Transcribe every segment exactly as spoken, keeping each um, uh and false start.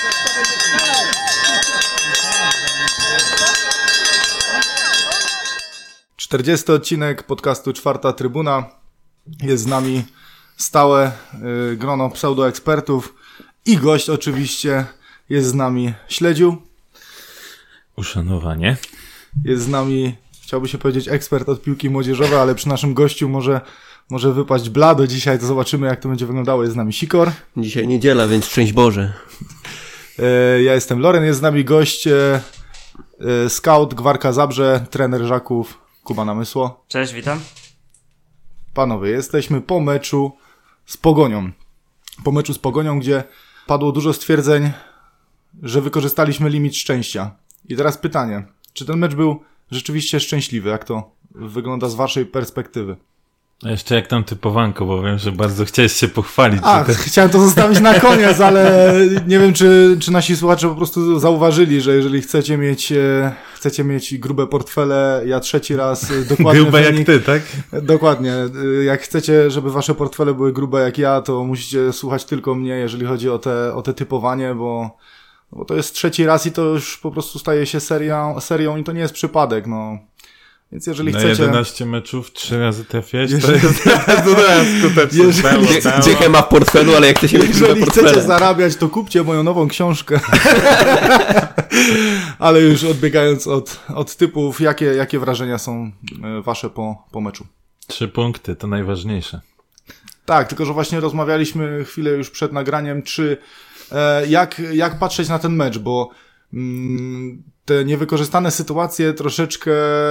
czterdziesty odcinek podcastu Czwarta Trybuna. Jest z nami stałe y, grono pseudoekspertów i gość oczywiście. Jest z nami Śledziu. Uszanowanie. Jest z nami, chciałby się powiedzieć, ekspert od piłki młodzieżowej, ale przy naszym gościu może, może wypaść blado dzisiaj, to zobaczymy, jak to będzie wyglądało. Jest z nami Sikor. Dzisiaj niedziela, więc szczęść Boże. Y, ja jestem Loren, jest z nami gość, y, y, scout Gwarka Zabrze, trener Żaków, Kuba Namysło. Cześć, witam. Panowie, jesteśmy po meczu z Pogonią. Po meczu z Pogonią, gdzie padło dużo stwierdzeń, że wykorzystaliśmy limit szczęścia. I teraz pytanie, czy ten mecz był rzeczywiście szczęśliwy? Jak to wygląda z waszej perspektywy? A jeszcze jak tam typowanko, bo wiem, że bardzo chciałeś się pochwalić. A, to... chciałem to zostawić na koniec, ale nie wiem, czy, czy nasi słuchacze po prostu zauważyli, że jeżeli chcecie mieć, e, chcecie mieć grube portfele, ja trzeci raz e, dokładnie... Grube wynik, jak ty, tak? Dokładnie. E, jak chcecie, żeby wasze portfele były grube jak ja, to musicie słuchać tylko mnie, jeżeli chodzi o te, o te typowanie, bo, bo to jest trzeci raz i to już po prostu staje się serią, serią i to nie jest przypadek, no. Więc jeżeli na chcecie... jedenaście meczów, trzy razy trafiłeś, jeżeli... to jest skuteczne. Jeżeli... Dziechę ma w portfelu, ale jak chcecie mieć Jeżeli chcecie zarabiać, to kupcie moją nową książkę. Ale już odbiegając od, od typów, jakie, jakie wrażenia są wasze po, po meczu? Trzy punkty, to najważniejsze. Tak, tylko że właśnie rozmawialiśmy chwilę już przed nagraniem, czy e, jak, jak patrzeć na ten mecz, bo mm, te niewykorzystane sytuacje troszeczkę,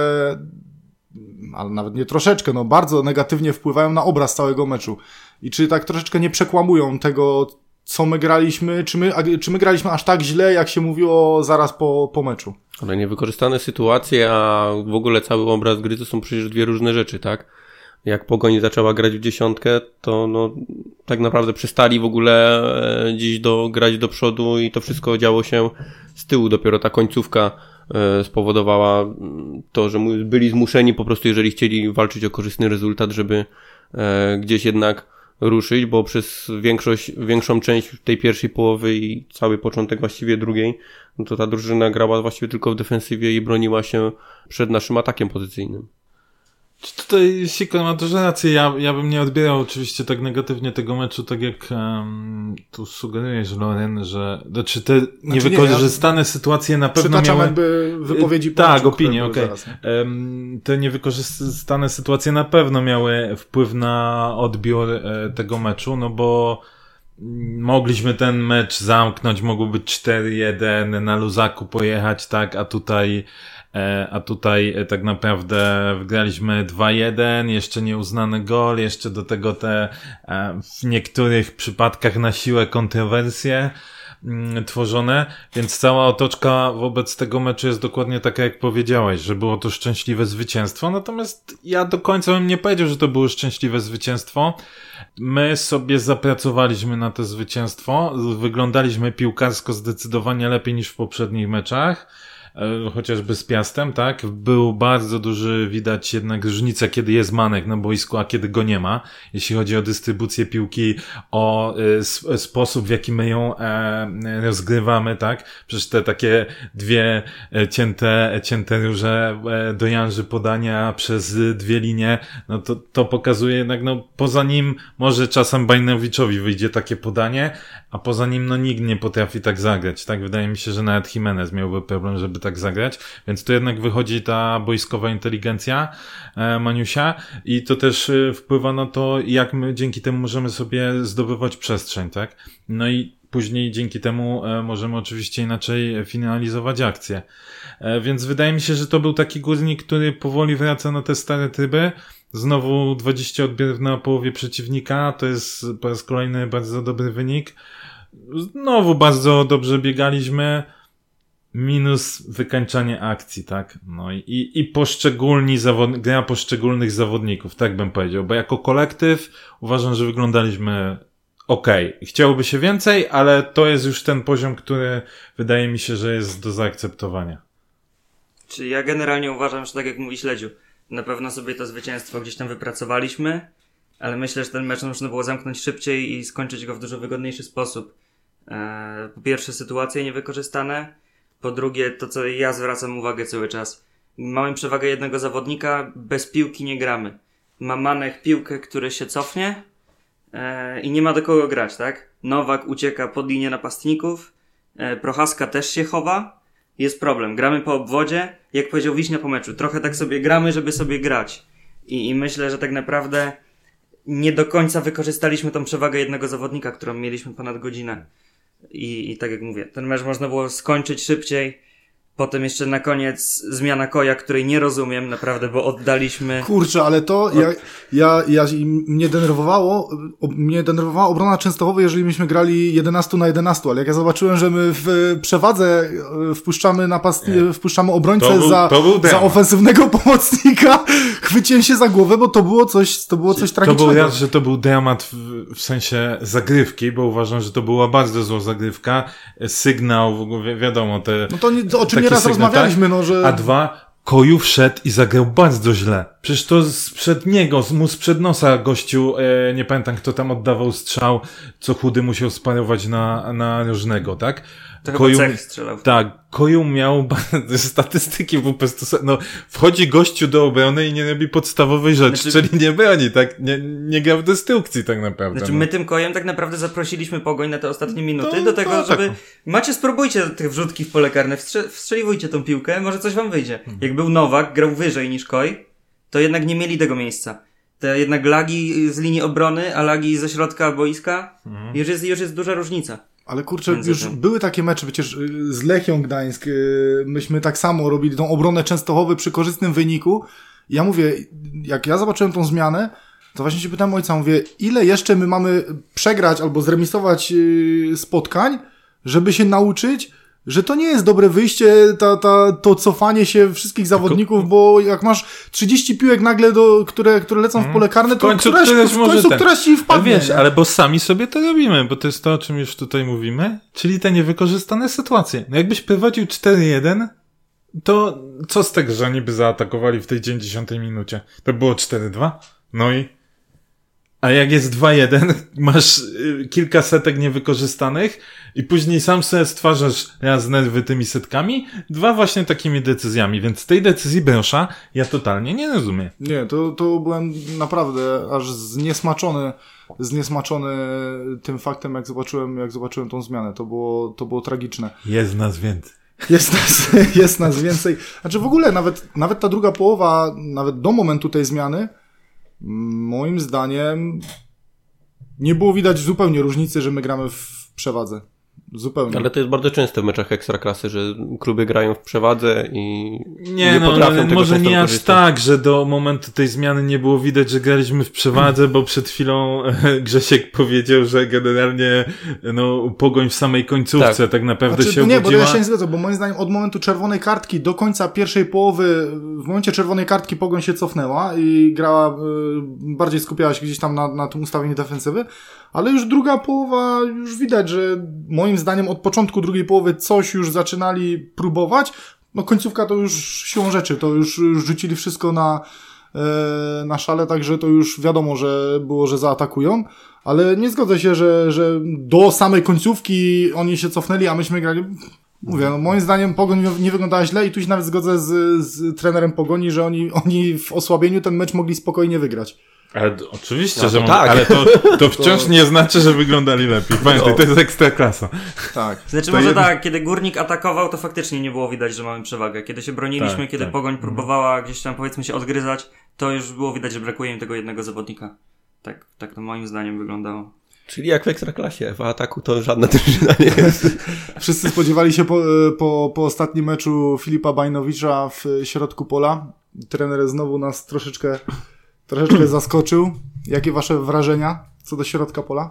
ale nawet nie troszeczkę, no bardzo negatywnie wpływają na obraz całego meczu. I czy tak troszeczkę nie przekłamują tego, co my graliśmy, czy my, czy my graliśmy aż tak źle, jak się mówiło zaraz po, po meczu? Ale niewykorzystane sytuacje, a w ogóle cały obraz gry to są przecież dwie różne rzeczy, tak? Jak Pogoń zaczęła grać w dziesiątkę, to no tak naprawdę przestali w ogóle e, dziś do, grać do przodu i to wszystko działo się z tyłu. Dopiero ta końcówka e, spowodowała to, że byli zmuszeni po prostu, jeżeli chcieli walczyć o korzystny rezultat, żeby e, gdzieś jednak ruszyć, bo przez większość, większą część tej pierwszej połowy i cały początek właściwie drugiej, no to ta drużyna grała właściwie tylko w defensywie i broniła się przed naszym atakiem pozycyjnym. Tutaj Sikor ma dużo racji. Ja, ja bym nie odbierał oczywiście tak negatywnie tego meczu, tak jak um, tu sugerujesz, Loren, że znaczy te znaczy niewykorzystane nie, ja sytuacje na pewno przytaczam miały... jakby wypowiedzi po Tak, meczu, opinie, okej. Okay. Um, te niewykorzystane sytuacje na pewno miały wpływ na odbiór e, tego meczu, no bo mogliśmy ten mecz zamknąć, mogło być cztery jeden, na luzaku pojechać, tak, a tutaj a tutaj tak naprawdę wygraliśmy dwa jeden, jeszcze nieuznany gol, jeszcze do tego te w niektórych przypadkach na siłę kontrowersje tworzone, więc cała otoczka wobec tego meczu jest dokładnie taka, jak powiedziałeś, że było to szczęśliwe zwycięstwo, natomiast ja do końca bym nie powiedział, że to było szczęśliwe zwycięstwo. My sobie zapracowaliśmy na to zwycięstwo, wyglądaliśmy piłkarsko zdecydowanie lepiej niż w poprzednich meczach, chociażby z Piastem, tak? Był bardzo duży, widać jednak różnica, kiedy jest Manek na boisku, a kiedy go nie ma. Jeśli chodzi o dystrybucję piłki, o y, sposób, w jaki my ją e, rozgrywamy, tak? Przecież te takie dwie e, cięte, cięte róże e, do Janży podania przez dwie linie, no to, to pokazuje jednak, no poza nim może czasem Bajnowiczowi wyjdzie takie podanie, a poza nim no nikt nie potrafi tak zagrać, tak? Wydaje mi się, że nawet Jimenez miałby problem, żeby tak zagrać, więc tu jednak wychodzi ta boiskowa inteligencja e, Maniusia i to też e, wpływa na to, jak my dzięki temu możemy sobie zdobywać przestrzeń, tak? No i później dzięki temu e, możemy oczywiście inaczej finalizować akcję. E, więc wydaje mi się, że to był taki Górnik, który powoli wraca na te stare tryby. Znowu dwadzieścia odbiorów na połowie przeciwnika, to jest po raz kolejny bardzo dobry wynik. Znowu bardzo dobrze biegaliśmy. Minus wykańczanie akcji, tak? No i, i poszczególni zawod... gra poszczególnych zawodników, tak bym powiedział, bo jako kolektyw uważam, że wyglądaliśmy okej. Okay. Chciałoby się więcej, ale to jest już ten poziom, który wydaje mi się, że jest do zaakceptowania. Czy ja generalnie uważam, że tak jak mówi Śledziu, na pewno sobie to zwycięstwo gdzieś tam wypracowaliśmy, ale myślę, że ten mecz można było zamknąć szybciej i skończyć go w dużo wygodniejszy sposób. E, po pierwsze sytuacje niewykorzystane, po drugie to, co ja zwracam uwagę cały czas. Mamy przewagę jednego zawodnika, bez piłki nie gramy. Ma Manech piłkę, który się cofnie e, i nie ma do kogo grać, tak? Nowak ucieka pod linię napastników, e, Prochaska też się chowa, jest problem. Gramy po obwodzie, jak powiedział Wiśnia po meczu, trochę tak sobie gramy, żeby sobie grać. I, i myślę, że tak naprawdę nie do końca wykorzystaliśmy tą przewagę jednego zawodnika, którą mieliśmy ponad godzinę. I, i tak jak mówię, ten mecz można było skończyć szybciej. Potem jeszcze na koniec zmiana koja, której nie rozumiem naprawdę, bo oddaliśmy... Kurczę, ale to ja, ja, ja, mnie denerwowało, mnie denerwowała obrona Częstochowy, jeżeli myśmy grali jedenaście na jedenaście, ale jak ja zobaczyłem, że my w przewadze wpuszczamy napast, wpuszczamy obrońcę to był, za, to za ofensywnego pomocnika, chwyciłem się za głowę, bo to było coś, to było coś tragicznego. To był raz, że to był dramat w, w sensie zagrywki, bo uważam, że to była bardzo zła zagrywka. Sygnał, w ogóle wiadomo, te... No to, nie, to o czym nieraz sygnał, rozmawialiśmy, tak? no, że... A dwa, Koju wszedł i zagrał bardzo źle. Przecież to sprzed niego, mu sprzed nosa gościu, e, nie pamiętam kto tam oddawał strzał, co Chudy musiał sparować na, na różnego, tak? To Koju, chyba Cech strzelał. Tak, Koju miał statystyki po prostu, no, wchodzi gościu do obrony i nie robi podstawowej rzeczy, znaczy, czyli nie broni, tak, nie, nie gra w destrukcji tak naprawdę. Znaczy no. my tym Kojem tak naprawdę zaprosiliśmy Pogoń na te ostatnie minuty to, do tego, to, żeby tak. macie, spróbujcie tych wrzutki w pole karne, wstrze- wstrzeliwujcie tą piłkę, może coś wam wyjdzie. Hmm. Jak był Nowak, grał wyżej niż Koj, to jednak nie mieli tego miejsca. Te jednak lagi z linii obrony, a lagi ze środka boiska, hmm. już jest, już jest duża różnica. Ale kurczę, już były takie mecze, przecież z Lechią Gdańsk, myśmy tak samo robili tą obronę Częstochowy przy korzystnym wyniku. I ja mówię, jak ja zobaczyłem tą zmianę, to właśnie się pytałem ojca, mówię, ile jeszcze my mamy przegrać albo zremisować spotkań, żeby się nauczyć, że to nie jest dobre wyjście, ta, ta, to cofanie się wszystkich zawodników, bo jak masz trzydzieści piłek nagle, do, które, które lecą w pole karne, to w końcu któraś, któraś w końcu ten. któraś ci wpadnie. Ale wiesz, ale bo sami sobie to robimy, bo to jest to, o czym już tutaj mówimy, czyli te niewykorzystane sytuacje. No jakbyś prowadził cztery jeden, to co z tego, że oni by zaatakowali w tej dziewięćdziesiątej minucie? To było cztery dwa? No i... A jak jest dwa jeden, masz y, kilka setek niewykorzystanych i później sam sobie stwarzasz raz nerwy tymi setkami, dwa właśnie takimi decyzjami, więc tej decyzji Brosza ja totalnie nie rozumiem. Nie, to, to byłem naprawdę aż zniesmaczony, zniesmaczony tym faktem, jak zobaczyłem, jak zobaczyłem tą zmianę. To było, to było tragiczne. Jest nas więcej. Jest nas, jest nas więcej. Znaczy w ogóle nawet, nawet ta druga połowa, nawet do momentu tej zmiany, moim zdaniem nie było widać zupełnie różnicy, że my gramy w przewadze. Zupełnie. Ale to jest bardzo częste w meczach Ekstraklasy, że kluby grają w przewadze i nie, nie no, potrafią tego może nie aż korzystać. tak, że do momentu tej zmiany nie było widać, że graliśmy w przewadze, bo przed chwilą Grzesiek powiedział, że generalnie no, Pogoń w samej końcówce tak, tak naprawdę znaczy, się nie, obudziła. bo ja się nie zgadzam, bo moim zdaniem od momentu czerwonej kartki do końca pierwszej połowy, w momencie czerwonej kartki Pogoń się cofnęła i grała, y, bardziej skupiała się gdzieś tam na, na tym ustawieniu defensywy, ale już druga połowa, już widać, że moim zdaniem od początku drugiej połowy coś już zaczynali próbować. No końcówka to już siłą rzeczy, to już, już rzucili wszystko na, e, na szale, także to już wiadomo, że było, że zaatakują, ale nie zgodzę się, że, że do samej końcówki oni się cofnęli, a myśmy grali... Mówię, no moim zdaniem Pogoń nie wyglądała źle i tu się nawet zgodzę z, z trenerem Pogoni, że oni, oni w osłabieniu ten mecz mogli spokojnie wygrać. Ale oczywiście, no, że tak. ale to, to wciąż to... nie znaczy, że wyglądali lepiej. Pamiętaj, no. To jest Ekstraklasa. Tak. Znaczy to może jedno... tak, kiedy Górnik atakował, to faktycznie nie było widać, że mamy przewagę. Kiedy się broniliśmy, tak, kiedy tak. Pogoń próbowała gdzieś tam powiedzmy się odgryzać, to już było widać, że brakuje im tego jednego zawodnika. Tak, tak to moim zdaniem wyglądało. Czyli jak w Ekstraklasie, w ataku to żadna drużyna nie jest. Wszyscy spodziewali się po, po, po ostatnim meczu Filipa Bajnowicza w środku pola. Trener znowu nas troszeczkę troszeczkę zaskoczył. Jakie wasze wrażenia co do środka pola?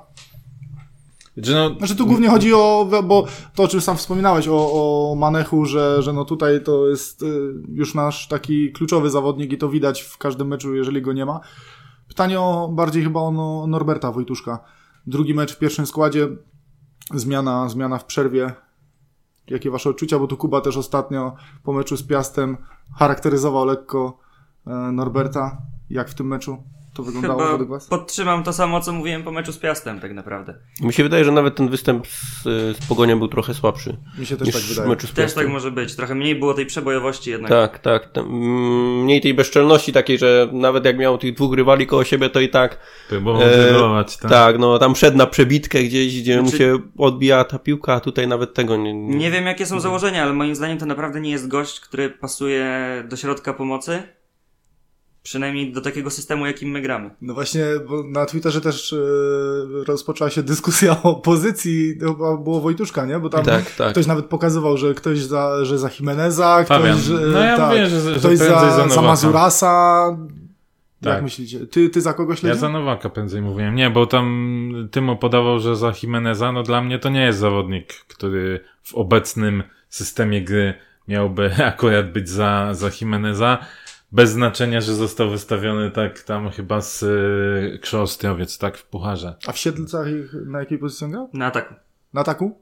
No, znaczy tu głównie chodzi o, bo to o czym sam wspominałeś, o, o Manechu, że, że no tutaj to jest już nasz taki kluczowy zawodnik i to widać w każdym meczu, jeżeli go nie ma. Pytanie o, bardziej chyba o Norberta Wojtuszka. Drugi mecz w pierwszym składzie, zmiana, zmiana w przerwie. Jakie wasze odczucia? Bo tu Kuba też ostatnio po meczu z Piastem charakteryzował lekko Norberta. Jak w tym meczu? to wyglądało Chyba według was? podtrzymam to samo, co mówiłem po meczu z Piastem tak naprawdę. Mi się wydaje, że nawet ten występ z, z Pogonią był trochę słabszy. Mi się też niż tak w wydaje. meczu z Też Piastem. tak może być. Trochę mniej było tej przebojowości jednak. Tak, tak. Tam, mm, mniej tej bezczelności takiej, że nawet jak miał tych dwóch rywali koło siebie, to i tak... To było motywować, tak? Tak, no tam szedł na przebitkę gdzieś, gdzie Znaczy- mu się odbija ta piłka, a tutaj nawet tego nie... nie... Nie wiem, jakie są założenia, ale moim zdaniem to naprawdę nie jest gość, który pasuje do środka pomocy. Przynajmniej do takiego systemu, jakim my gramy. No właśnie, bo na Twitterze też yy, rozpoczęła się dyskusja o pozycji, chyba było Wojtuszka, nie? Bo tam Tak, tak. ktoś nawet pokazywał, że ktoś za, że za Jimeneza, ktoś, Fabian. że, No ja tak, mówię, że- że ktoś prędzej za, za za Nowaka. Mazurasa. Jak Tak. myślicie? Ty, ty za kogo Ja śledzisz? za Nowaka prędzej mówiłem. Nie, bo tam Tymo podawał, że za Jimeneza, no dla mnie to nie jest zawodnik, który w obecnym systemie gry miałby akurat być za, za Jimeneza. Bez znaczenia, że został wystawiony tak tam chyba z y, Krzo-Ostrowiec, tak w pucharze. A w Siedlcach ich na jakiej pozycji on grał? Na ataku. Na ataku?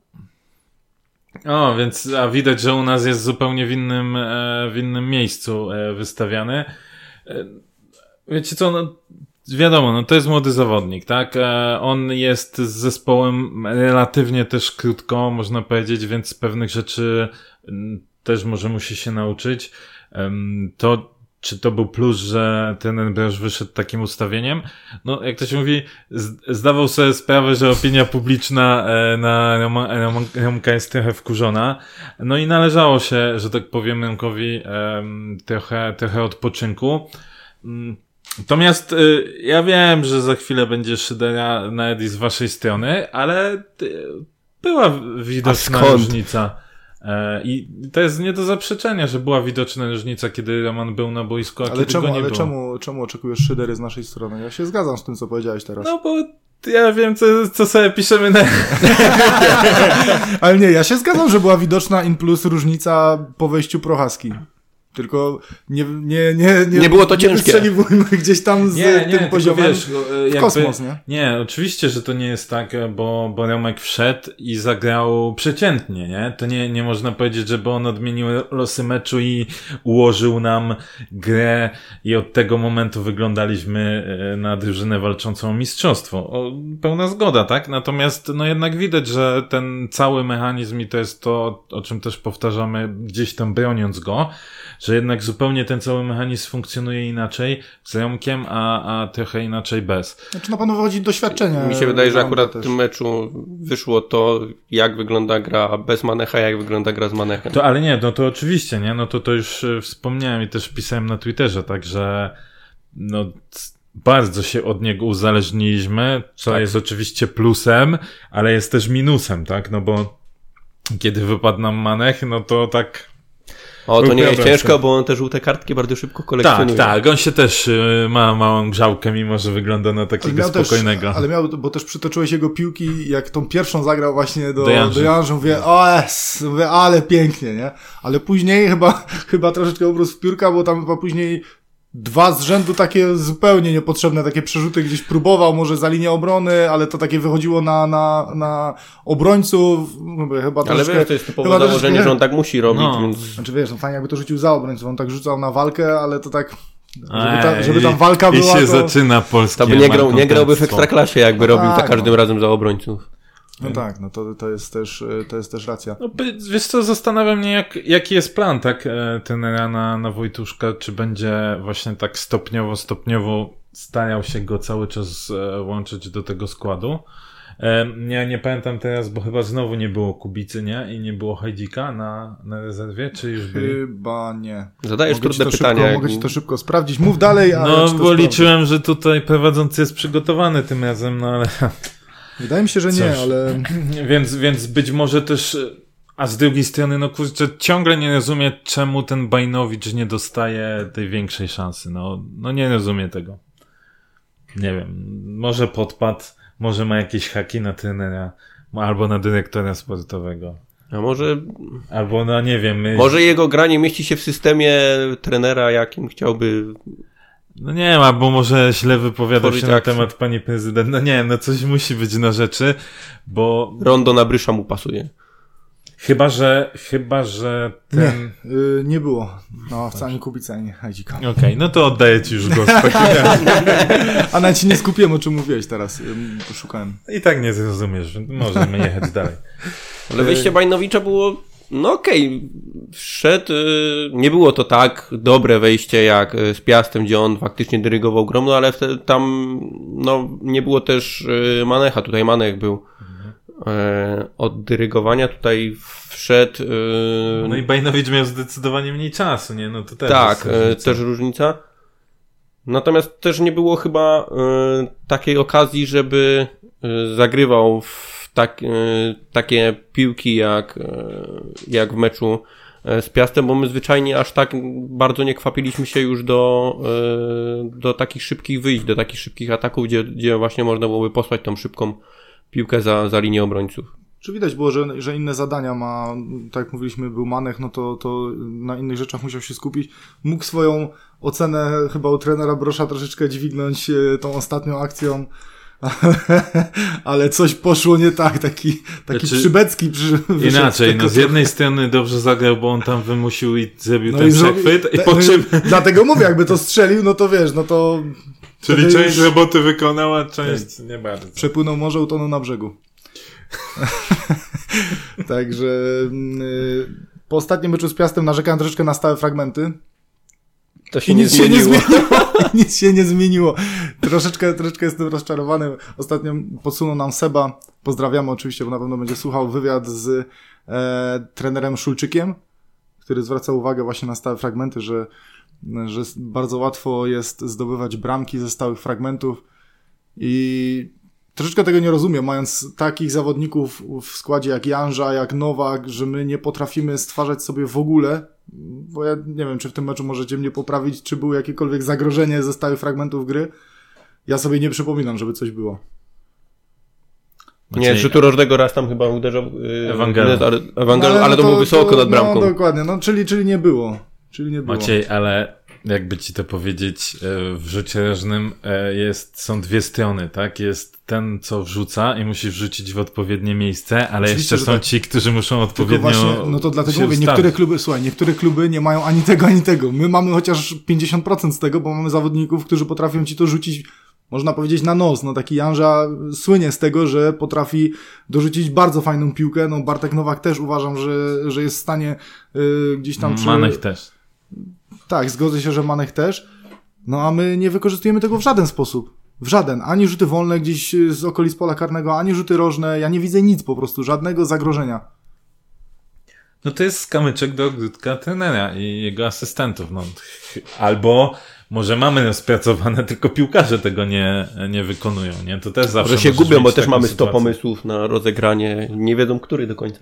O, więc a widać, że u nas jest zupełnie w innym, e, w innym miejscu e, wystawiany. E, wiecie co, no wiadomo, no to jest młody zawodnik, tak? E, on jest z zespołem relatywnie też krótko, można powiedzieć, więc pewnych rzeczy m, też może musi się nauczyć. Em, to czy to był plus, że ten Broż wyszedł takim ustawieniem? No, jak to się mówi, z- zdawał sobie sprawę, że opinia publiczna e, na Roma- Roma- Romka jest trochę wkurzona. No i należało się, że tak powiem, Romkowi em, trochę, trochę odpoczynku. Mm, Natomiast y, ja wiem, że za chwilę będzie szydera nawet i z waszej strony, ale y, była widoczna skąd? różnica. E, I to jest nie do zaprzeczenia, że była widoczna różnica, kiedy Roman był na boisku, a Ale kiedy czemu, go nie ale było. czemu, czemu oczekujesz szydery z naszej strony? Ja się zgadzam z tym, co powiedziałeś teraz. No bo ja wiem, co, co sobie piszemy na... Ale nie, ja się zgadzam, że była widoczna in plus różnica po wejściu Prochaski. Tylko nie, nie, nie, nie, Nie było to nie ciężkie. wystrzeliwujmy gdzieś tam z tym tylko poziomem wiesz, go, e, w jakby- kosmos, nie? Nie, oczywiście, że to nie jest tak, bo, bo Romek wszedł i zagrał przeciętnie, nie? To nie, nie można powiedzieć, żeby on odmienił losy meczu i ułożył nam grę i od tego momentu wyglądaliśmy e, na drużynę walczącą o mistrzostwo. O, pełna zgoda, tak? Natomiast no jednak widać, że ten cały mechanizm i to jest to, o czym też powtarzamy gdzieś tam broniąc go, że jednak zupełnie ten cały mechanizm funkcjonuje inaczej z Romkiem, a, a trochę inaczej bez. Znaczy na pewno wychodzi doświadczenie. Mi się wydaje, że Romka akurat w też. tym meczu wyszło to, jak wygląda gra bez Manecha, jak wygląda gra z Manechem. To, ale nie, no to oczywiście, nie, no to to już e, wspomniałem i też pisałem na Twitterze, także no c- bardzo się od niego uzależniliśmy, co Tak. jest oczywiście plusem, ale jest też minusem, tak, no bo kiedy wypadł nam Manech, no to tak... O, to Był nie jest problem, ciężko, tak. bo on te żółte kartki bardzo szybko Tak, kolekcjonuje. tak, on się też y, ma małą grzałkę, mimo że wygląda na Ale takiego miał też, spokojnego. ale miał, bo też przytoczyłeś jego piłki, jak tą pierwszą zagrał właśnie do, Do Janży. do Janży, mówię, o es, mówię, ale pięknie, nie? Ale później chyba, chyba troszeczkę obrósł w piórka, bo tam chyba później dwa z rzędu takie zupełnie niepotrzebne, takie przerzuty gdzieś próbował, może za linię obrony, ale to takie wychodziło na, na, na obrońców, mówię, chyba Ale troszeczkę... wiesz, to jest typowe chyba założenie, troszeczkę- że on tak musi robić, No. więc... Znaczy wiesz, no fajnie jakby to rzucił za obrońców, on tak rzucał na walkę, ale to tak, żeby, Ej, ta, żeby tam walka i, była, I się to... zaczyna polskie To by nie, grał, nie grałby w malkontentstwo. Ekstraklasie, jakby No robił tak, za każdym no. razem za obrońców. No tak, no to, to jest też, to jest też racja. No, by- wiesz co, zastanawia mnie, jak, jaki jest plan, tak, e, tenera na, na Wojtuszka, czy będzie właśnie tak stopniowo, stopniowo starał się go cały czas e, łączyć do tego składu. E, ja nie pamiętam teraz, bo chyba znowu nie było Kubicy, nie? I nie było Hajdzika na, na rezerwie, czy już byli? Chyba nie. Zadajesz Mogę ci trudne to pytania. Szybko, jak- mogę ci to szybko sprawdzić. Mów dalej, a ja No, ci to bo sprawdzę. liczyłem, że tutaj prowadzący jest przygotowany tym razem, no ale... Wydaje mi się, że nie, Coś. ale... Więc, więc być może też, a z drugiej strony, no kurczę, ciągle nie rozumiem, czemu ten Bajnowicz nie dostaje tej większej szansy. No, no nie rozumiem tego. Nie wiem, może podpadł, może ma jakieś haki na trenera, albo na dyrektora sportowego. A może, Albo na, nie wiem, my... może jego gra nie mieści się w systemie trenera, jakim chciałby... No nie ma, bo może źle wypowiadał Tworzyć się na akcję. temat pani prezydent. No nie wiem, no coś musi być na rzeczy, bo Rondo na Brysza mu pasuje. Chyba, że, chyba, że ten... Nie, yy, nie było. No, wcale nie Kubica, nie Hajdzika. Okej, okay, no to oddaję ci już głos. A nawet się nie skupiłem, o czym mówiłeś teraz. Yy, szukałem. I tak nie zrozumiesz, możemy jechać dalej. Ale wejście Bajnowicza było, no okej, okay. Wszedł, yy, nie było to tak dobre wejście jak z Piastem, gdzie on faktycznie dyrygował grom, no ale wtedy tam, no, nie było też yy, Manecha, tutaj Manech był. Od dyrygowania tutaj wszedł... Yy... No i Bajnowicz miał zdecydowanie mniej czasu, nie? No to też tak, różnica. też różnica. Natomiast też nie było chyba yy, takiej okazji, żeby yy, zagrywał w tak, yy, takie piłki jak, yy, jak w meczu yy, z Piastem, bo my zwyczajnie aż tak bardzo nie kwapiliśmy się już do, yy, do takich szybkich wyjść, do takich szybkich ataków, gdzie, gdzie właśnie można byłoby posłać tą szybką piłkę za, za linię obrońców. Czy widać było, że, że inne zadania ma, tak jak mówiliśmy, był Manech, no to, to na innych rzeczach musiał się skupić. Mógł swoją ocenę chyba u trenera Brosza troszeczkę dźwignąć tą ostatnią akcją, ale, ale coś poszło nie tak, taki, taki znaczy, przybecki przy, inaczej, no z jednej strony dobrze zagrał, bo on tam wymusił i zrobił no ten i przechwyt zrobi, i po no czym... I dlatego mówię, jakby to strzelił, no to wiesz, no to... Czyli część już... roboty wykonała, część tak, nie bardzo. Przepłynął morze, utonął na brzegu. Także yy, po ostatnim meczu z Piastem narzekałem troszeczkę na stałe fragmenty. To się I nie nic zmieniło. się nie zmieniło. Nic się nie zmieniło. Troszeczkę, troszeczkę jestem rozczarowany. Ostatnio podsunął nam Seba, pozdrawiamy oczywiście, bo na pewno będzie słuchał, wywiad z e, trenerem Szulczykiem, który zwraca uwagę właśnie na stałe fragmenty, że, że bardzo łatwo jest zdobywać bramki ze stałych fragmentów i troszeczkę tego nie rozumiem, mając takich zawodników w składzie jak Janża, jak Nowak, że my nie potrafimy stwarzać sobie w ogóle, bo ja nie wiem, czy w tym meczu możecie mnie poprawić, czy było jakiekolwiek zagrożenie ze stałych fragmentów gry. Ja sobie nie przypominam, żeby coś było. Nie, rzutu rożnego raz tam chyba uderzał yy, Ewangelu, ale, Ewangelu, no, ale to, to było wysoko to, nad bramką. No dokładnie, no czyli, czyli nie było. Czyli nie było. Maciej, ale jakby ci to powiedzieć, w rzucie rożnym jest, są dwie strony, tak? Jest ten, co wrzuca i musi wrzucić w odpowiednie miejsce, ale oczywiście, jeszcze są tak. ci, którzy muszą odpowiednio właśnie, no to dlatego mówię, niektóre kluby, słuchaj, niektóre kluby nie mają ani tego, ani tego. My mamy chociaż pięćdziesiąt procent z tego, bo mamy zawodników, którzy potrafią ci to rzucić, można powiedzieć, na nos. No taki Janża słynie z tego, że potrafi dorzucić bardzo fajną piłkę. No Bartek Nowak też uważam, że, że jest w stanie yy, gdzieś tam... Przy... Manech też. Tak, zgodzę się, że Manech też. No a my nie wykorzystujemy tego w żaden sposób. W żaden. Ani rzuty wolne gdzieś z okolic pola karnego, ani rzuty rożne. Ja nie widzę nic po prostu. Żadnego zagrożenia. No to jest kamyczek do ogródka trenera i jego asystentów. No, albo może mamy rozpracowane, tylko piłkarze tego nie, nie wykonują. Nie? To też zawsze może się gubią, bo też mamy sto sytuację. pomysłów na rozegranie. Nie wiedzą, który do końca.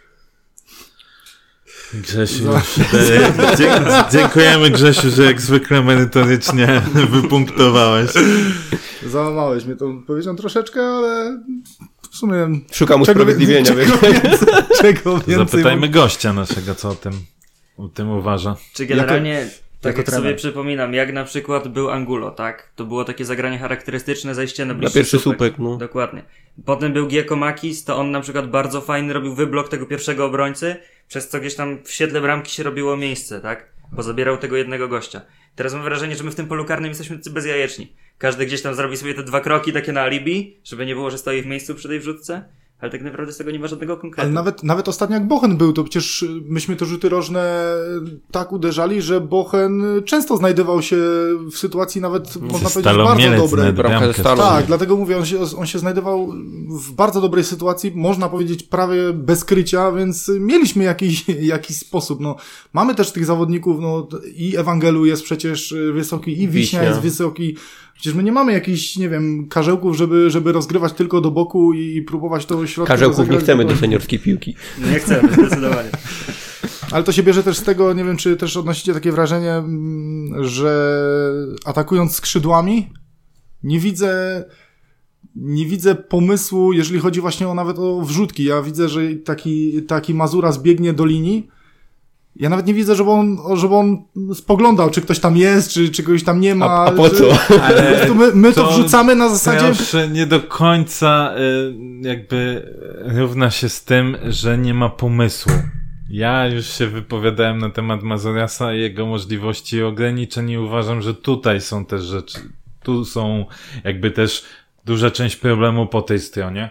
Grzesiu, dziękujemy Grzesiu, że jak zwykle merytorycznie wypunktowałeś. Załamałeś mnie tą powiedzią troszeczkę, ale w sumie... Szukam usprawiedliwienia. Czego, czego więcej, czego więcej Zapytajmy gościa naszego, co o tym, o tym uważa. Czy generalnie, jako, tak jako jak trener. sobie przypominam, jak na przykład był Angulo, tak? To było takie zagranie charakterystyczne, zajście na Na bliższy pierwszy słupek. słupek, no. Dokładnie. Potem był Giacomakis, to on na przykład bardzo fajny robił wyblok tego pierwszego obrońcy, przez co gdzieś tam w siedle bramki się robiło miejsce, tak? Bo zabierał tego jednego gościa. Teraz mam wrażenie, że my w tym polu karnym jesteśmy bezjajeczni. Każdy gdzieś tam zrobi sobie te dwa kroki takie na alibi, żeby nie było, że stoi w miejscu przy tej wrzutce, ale tak naprawdę z tego nie ma żadnego konkretu. Ale nawet, nawet ostatnio jak Bochen był, to przecież myśmy te rzuty rożne tak uderzali, że Bochen często znajdował się w sytuacji nawet, można powiedzieć, bardzo dobrej. Bramkę tak, dlatego mówię, on się, on się znajdował w bardzo dobrej sytuacji, można powiedzieć prawie bez krycia, więc mieliśmy jakiś, jakiś sposób. No, mamy też tych zawodników, no i Ewangelu jest przecież wysoki, i Wiśnia, Wiśnia. jest wysoki. Przecież my nie mamy jakichś, nie wiem, karzełków, żeby, żeby rozgrywać tylko do boku i próbować to środkowo Karzełków zagrać. nie chcemy do seniorskiej piłki. Nie chcemy, zdecydowanie. Ale to się bierze też z tego, nie wiem, czy też odnosicie takie wrażenie, że atakując skrzydłami nie widzę, nie widzę pomysłu, jeżeli chodzi właśnie o nawet o wrzutki. Ja widzę, że taki, taki Mazura zbiegnie do linii Ja nawet nie widzę, żeby on, żeby on spoglądał, czy ktoś tam jest, czy, czy kogoś tam nie ma. A, a po czy, co? Ale my, my to, to wrzucamy na zasadzie... To już nie do końca jakby równa się z tym, że nie ma pomysłu. Ja już się wypowiadałem na temat Mazuriasa i jego możliwości i ograniczeń i uważam, że tutaj są też rzeczy, tu są jakby też duża część problemu po tej stronie.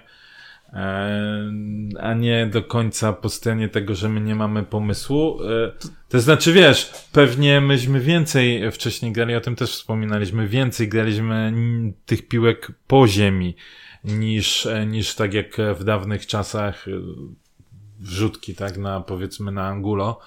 A nie do końca po stronie tego, że my nie mamy pomysłu. To znaczy, wiesz, pewnie myśmy więcej wcześniej grali, o tym też wspominaliśmy, więcej graliśmy tych piłek po ziemi niż, niż tak jak w dawnych czasach wrzutki, tak, na powiedzmy na Angulo.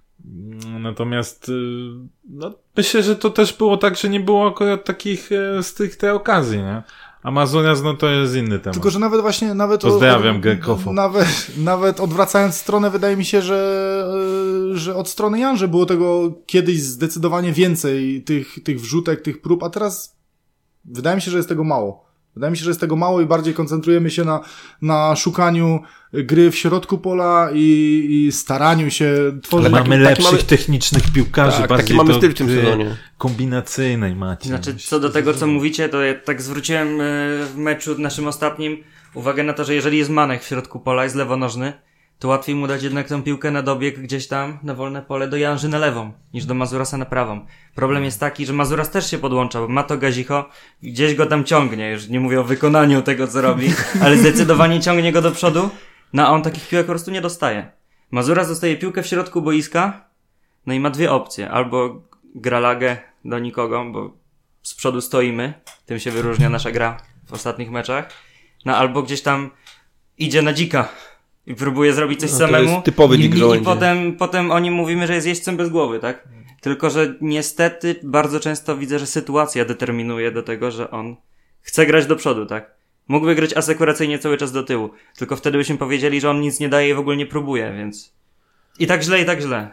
Natomiast no, myślę, że to też było tak, że nie było akurat takich stricte okazji, nie? A Mazurias, no to jest inny temat. Tylko, że nawet właśnie, nawet... Pozdrawiam Gekofo. Nawet, nawet odwracając stronę, wydaje mi się, że, że od strony Janży było tego kiedyś zdecydowanie więcej, tych, tych wrzutek, tych prób, a teraz wydaje mi się, że jest tego mało. Wydaje mi się, że jest tego mało i bardziej koncentrujemy się na, na szukaniu gry w środku pola i, i staraniu się tworzyć... Ale mamy taki, lepszych taki mamy... technicznych piłkarzy, tak, bardziej taki mamy do styl w tym sezonie. Kombinacyjnej macie. Znaczy, co do tego, co mówicie, to ja tak zwróciłem w meczu naszym ostatnim uwagę na to, że jeżeli jest Manek w środku pola, jest lewonożny, to łatwiej mu dać jednak tą piłkę na dobieg gdzieś tam, na wolne pole do Janży na lewą, niż do Mazurasa na prawą. Problem jest taki, że Mazuras też się podłącza, bo ma to Gazicho, gdzieś go tam ciągnie, już nie mówię o wykonaniu tego, co robi, ale zdecydowanie ciągnie go do przodu, no a on takich piłek po prostu nie dostaje. Mazuras dostaje piłkę w środku boiska, no i ma dwie opcje, albo gra lagę do nikogo, bo z przodu stoimy, tym się wyróżnia nasza gra w ostatnich meczach, no albo gdzieś tam idzie na dzika, i próbuje zrobić coś no, samemu. To jest typowy I, i, i potem, potem o nim mówimy, że jest jeźdźcem bez głowy, tak? Tylko, że niestety bardzo często widzę, że sytuacja determinuje do tego, że on chce grać do przodu, tak? Mógłby grać asekuracyjnie cały czas do tyłu. Tylko wtedy byśmy powiedzieli, że on nic nie daje i w ogóle nie próbuje, więc... I tak źle, i tak źle.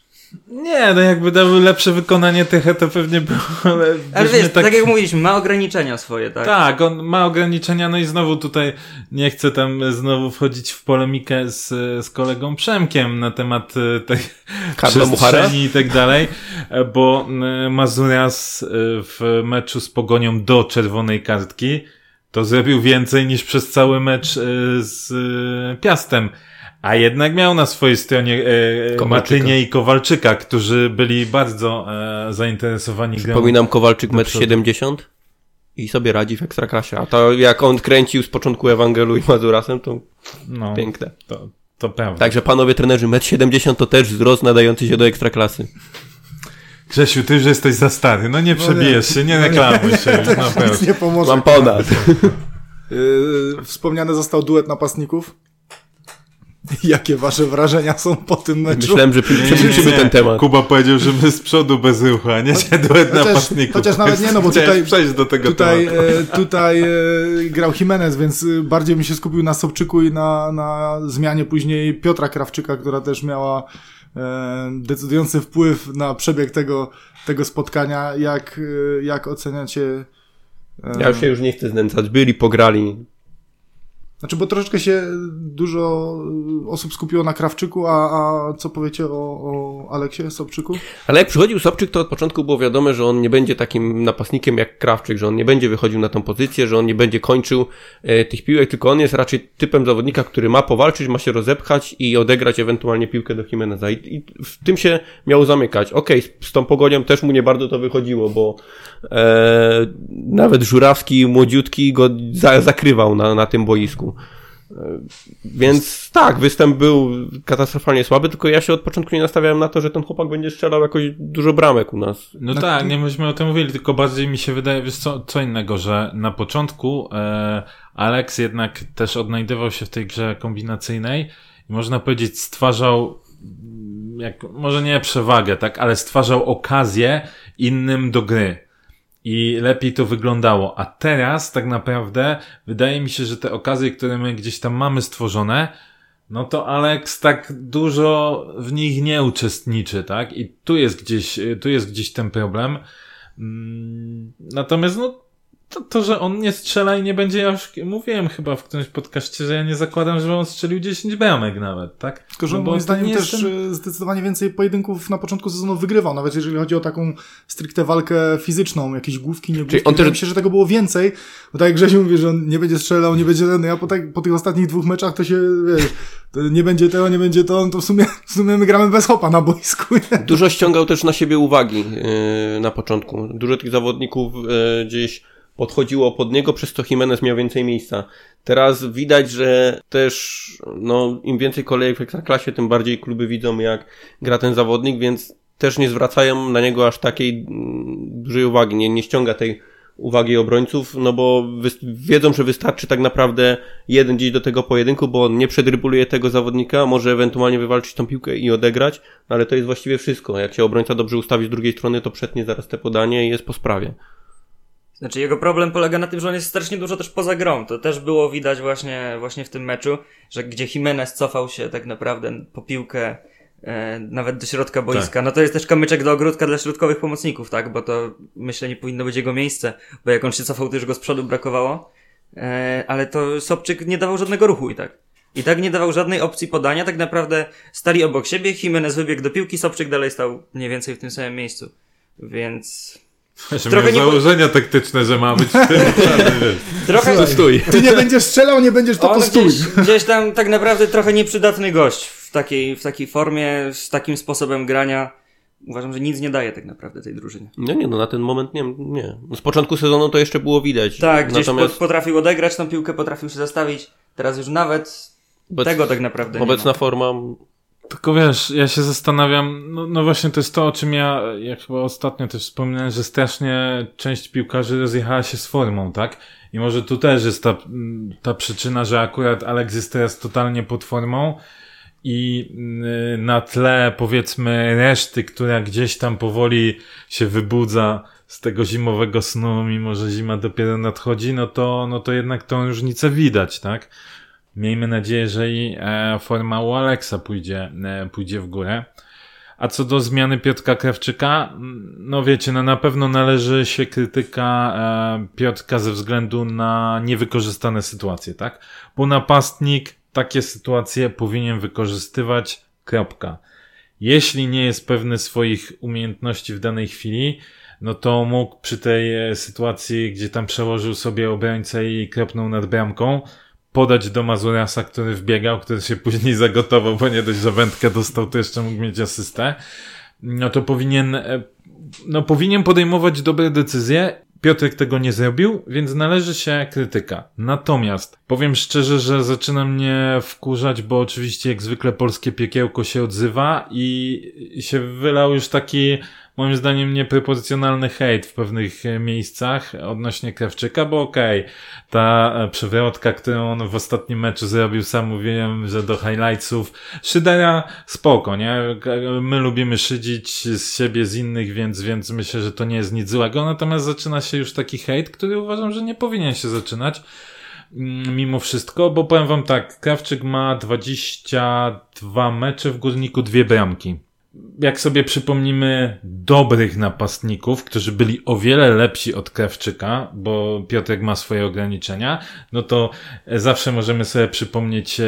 Nie, no jakby dały lepsze wykonanie tych, to pewnie było, ale... Ale wiesz, tak... tak jak mówiliśmy, ma ograniczenia swoje, tak? Tak, on ma ograniczenia, no i znowu tutaj nie chcę tam znowu wchodzić w polemikę z, z kolegą Przemkiem na temat tej przestrzeni i tak dalej, bo Mazurias w meczu z Pogonią do czerwonej kartki to zrobił więcej niż przez cały mecz z Piastem. A jednak miał na swojej stronie e, Matynię i Kowalczyka, którzy byli bardzo e, zainteresowani grą. Przypominam, Kowalczyk metr siedemdziesiąt i sobie radzi w Ekstraklasie. A to jak on kręcił z początku Ewangelu i Mazurasem, to no, piękne. To, to prawda. Także panowie trenerzy, metr siedemdziesiąt to też wzrost nadający się do Ekstraklasy. Grzesiu, ty już jesteś za stary. No nie przebijesz się, nie reklamuj się. Już na pewno. Nie pomoże. Mam ponad. Yy, wspomniany został duet napastników. Jakie wasze wrażenia są po tym meczu? Myślałem, że przeskoczymy ten temat. Kuba powiedział, że my z przodu bez ruchu, a nie się duet chociaż, napastników. Chociaż nawet nie, no bo tutaj, przejść do tego tutaj, tematu. E, tutaj e, grał Jimenez, więc bardziej bym się skupił na Sobczyku i na, na zmianie później Piotra Krawczyka, która też miała e, decydujący wpływ na przebieg tego, tego spotkania. Jak, e, jak oceniacie? E, ja już się już nie chcę znęcać. Byli, pograli. Znaczy, bo troszeczkę się dużo osób skupiło na Krawczyku, a, a co powiecie o, o Aleksie Sobczyku? Ale jak przychodził Sobczyk, to od początku było wiadome, że on nie będzie takim napastnikiem jak Krawczyk, że on nie będzie wychodził na tą pozycję, że on nie będzie kończył e, tych piłek, tylko on jest raczej typem zawodnika, który ma powalczyć, ma się rozepchać i odegrać ewentualnie piłkę do Jimeneza. I, i w tym się miał zamykać. Okej, okay, z, z tą Pogonią też mu nie bardzo to wychodziło, bo e, nawet Żurawski, młodziutki, go za, zakrywał na, na tym boisku. Więc tak, występ był katastrofalnie słaby, tylko ja się od początku nie nastawiałem na to, że ten chłopak będzie strzelał jakoś dużo bramek u nas. No na tak, tym... nie myśmy o tym mówili, tylko bardziej mi się wydaje, wiesz co, co innego, że na początku e, Alex jednak też odnajdywał się w tej grze kombinacyjnej i można powiedzieć stwarzał, jak, może nie przewagę, tak, ale stwarzał okazję innym do gry. I lepiej to wyglądało. A teraz tak naprawdę wydaje mi się, że te okazje, które my gdzieś tam mamy stworzone, no to Alex tak dużo w nich nie uczestniczy, tak? I tu jest gdzieś, tu jest gdzieś ten problem. Natomiast no to, to, że on nie strzela i nie będzie, ja już mówiłem chyba w którymś podcaście, że ja nie zakładam, że on strzelił dziesięć bramek nawet, tak? Tylko, że no moim zdaniem też jestem... zdecydowanie więcej pojedynków na początku sezonu wygrywał, nawet jeżeli chodzi o taką stricte walkę fizyczną, jakieś główki, nie główki. Wydaje mi się, że tego było więcej, bo tak jak Grzesiu mówi, że on nie będzie strzelał, nie będzie ten, ja po, tak, po tych ostatnich dwóch meczach to się, wiesz, to nie będzie tego, nie będzie to, to w sumie, w sumie my gramy bez hopa na boisku. Nie? Dużo ściągał też na siebie uwagi yy, na początku. Dużo tych zawodników yy, gdzieś podchodziło pod niego, przez co Jimenez miał więcej miejsca. Teraz widać, że też no, im więcej kolejek w Ekstraklasie, tym bardziej kluby widzą, jak gra ten zawodnik, więc też nie zwracają na niego aż takiej dużej uwagi. Nie, nie ściąga tej uwagi obrońców, no bo wy, wiedzą, że wystarczy tak naprawdę jeden gdzieś do tego pojedynku, bo on nie przedrybuluje tego zawodnika, może ewentualnie wywalczyć tą piłkę i odegrać, no ale to jest właściwie wszystko. Jak się obrońca dobrze ustawi z drugiej strony, to przetnie zaraz te podanie i jest po sprawie. Znaczy jego problem polega na tym, że on jest strasznie dużo też poza grą. To też było widać właśnie, właśnie w tym meczu, że gdzie Jimenez cofał się tak naprawdę po piłkę e, nawet do środka boiska. Tak. No to jest też kamyczek do ogródka dla środkowych pomocników, tak? Bo to myślę nie powinno być jego miejsce, bo jak on się cofał, to już go z przodu brakowało. E, ale to Sobczyk nie dawał żadnego ruchu i tak. I tak nie dawał żadnej opcji podania. Tak naprawdę stali obok siebie, Jimenez wybiegł do piłki, Sobczyk dalej stał mniej więcej w tym samym miejscu. Więc... Jeszcze trochę nie założenia po... taktyczne, że ma być w tym trochę to stój. Ty nie będziesz strzelał, nie będziesz to, On to stój. Gdzieś, gdzieś tam tak naprawdę trochę nieprzydatny gość w takiej, w takiej formie, z takim sposobem grania. Uważam, że nic nie daje tak naprawdę tej drużynie. Nie, nie, no na ten moment nie. nie. No z początku sezonu to jeszcze było widać. Tak, gdzieś Natomiast... potrafił odegrać tą piłkę, potrafił się zastawić. Teraz już nawet Obec... tego tak naprawdę Obecna nie ma. forma... Tylko wiesz, ja się zastanawiam, no, no właśnie to jest to, o czym ja, jak chyba ostatnio też wspominałem, że strasznie część piłkarzy rozjechała się z formą, tak? I może tu też jest ta, ta przyczyna, że akurat Alex jest teraz totalnie pod formą i na tle, powiedzmy, reszty, która gdzieś tam powoli się wybudza z tego zimowego snu, mimo że zima dopiero nadchodzi, no to, no to jednak tą różnicę widać, tak? Miejmy nadzieję, że i e, forma u Aleksa pójdzie, e, pójdzie w górę. A co do zmiany Piotrka Krawczyka, no wiecie, no na pewno należy się krytyka e, Piotrka ze względu na niewykorzystane sytuacje, tak? Bo napastnik takie sytuacje powinien wykorzystywać, kropka. Jeśli nie jest pewny swoich umiejętności w danej chwili, no to mógł przy tej sytuacji, gdzie tam przełożył sobie obrońcę i kropnął nad bramką, podać do Mazurasa, który wbiegał, który się później zagotował, bo nie dość, że wędkę dostał, to jeszcze mógł mieć asystę. No to powinien, no powinien podejmować dobre decyzje. Piotrek tego nie zrobił, więc należy się krytyka. Natomiast powiem szczerze, że zaczyna mnie wkurzać, bo oczywiście jak zwykle polskie piekiełko się odzywa i się wylał już taki, moim zdaniem, nieproporcjonalny hejt w pewnych miejscach odnośnie Krawczyka, bo okej, okay, ta przewrotka, którą on w ostatnim meczu zrobił, sam mówiłem, że do highlightsów, Szydera spoko, nie? My lubimy szydzić z siebie, z innych, więc, więc myślę, że to nie jest nic złego, natomiast zaczyna się już taki hejt, który uważam, że nie powinien się zaczynać mimo wszystko, bo powiem wam tak, Krawczyk ma dwadzieścia dwa mecze, w Górniku dwie bramki. Jak sobie przypomnimy dobrych napastników, którzy byli o wiele lepsi od Krawczyka, bo Piotrek ma swoje ograniczenia, no to zawsze możemy sobie przypomnieć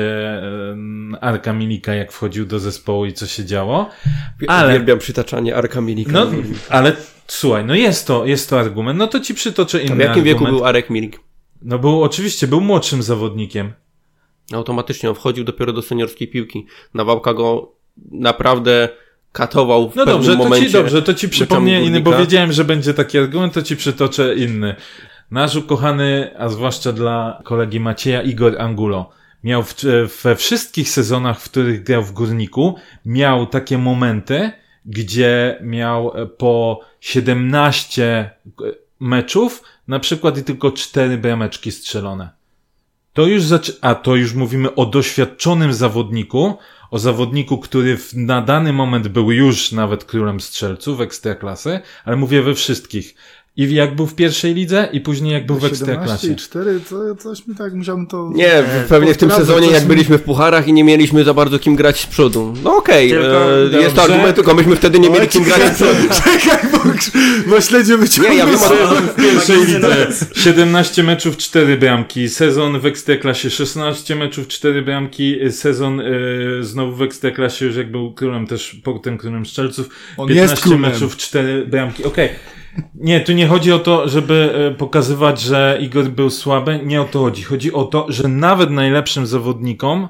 Arka Milika, jak wchodził do zespołu i co się działo. Ale uwielbiam przytaczanie Arka Milika. No, ale słuchaj, no jest to, jest to argument. No to ci przytoczę inny argument. A w jakim argument. wieku był Arek Milik? No był, oczywiście, był młodszym zawodnikiem. Automatycznie on wchodził dopiero do seniorskiej piłki. Nawałka go naprawdę katował w no pewnym dobrze, momencie. No dobrze, to ci przypomnę inny, bo wiedziałem, że będzie taki argument, to ci przytoczę inny. Nasz ukochany, a zwłaszcza dla kolegi Macieja, Igor Angulo, miał w, we wszystkich sezonach, w których grał w Górniku, miał takie momenty, gdzie miał po siedemnaście meczów na przykład i tylko cztery brameczki strzelone. To już zaczy- a to już mówimy o doświadczonym zawodniku, o zawodniku, który w, na dany moment był już nawet królem strzelców Ekstraklasy, ale mówię we wszystkich. I jak był w pierwszej lidze i później jak był w Ekstraklasie. siedemnaście i cztery, to coś mi tak musiałbym to... Nie, e, pewnie w tym sezonie jak mi... byliśmy w pucharach i nie mieliśmy za bardzo kim grać z przodu. No okej, okay, e, jest to dobrze. argument, tylko myśmy wtedy nie mieli kim grać z przodu. Czekaj, bo, bo śledzie wyciągnął. Nie, ja wiem, Sezon w pierwszej lidze siedemnaście meczów, cztery bramki. Sezon w Ekstraklasie szesnaście meczów, cztery bramki. Sezon y, znowu w Ekstraklasie już jak był królem też, potem królem strzelców. On piętnaście jest królem. meczów, cztery bramki. Okej. Okay. Nie, tu nie chodzi o to, żeby y, pokazywać, że Igor był słaby. Nie o to chodzi. Chodzi o to, że nawet najlepszym zawodnikom,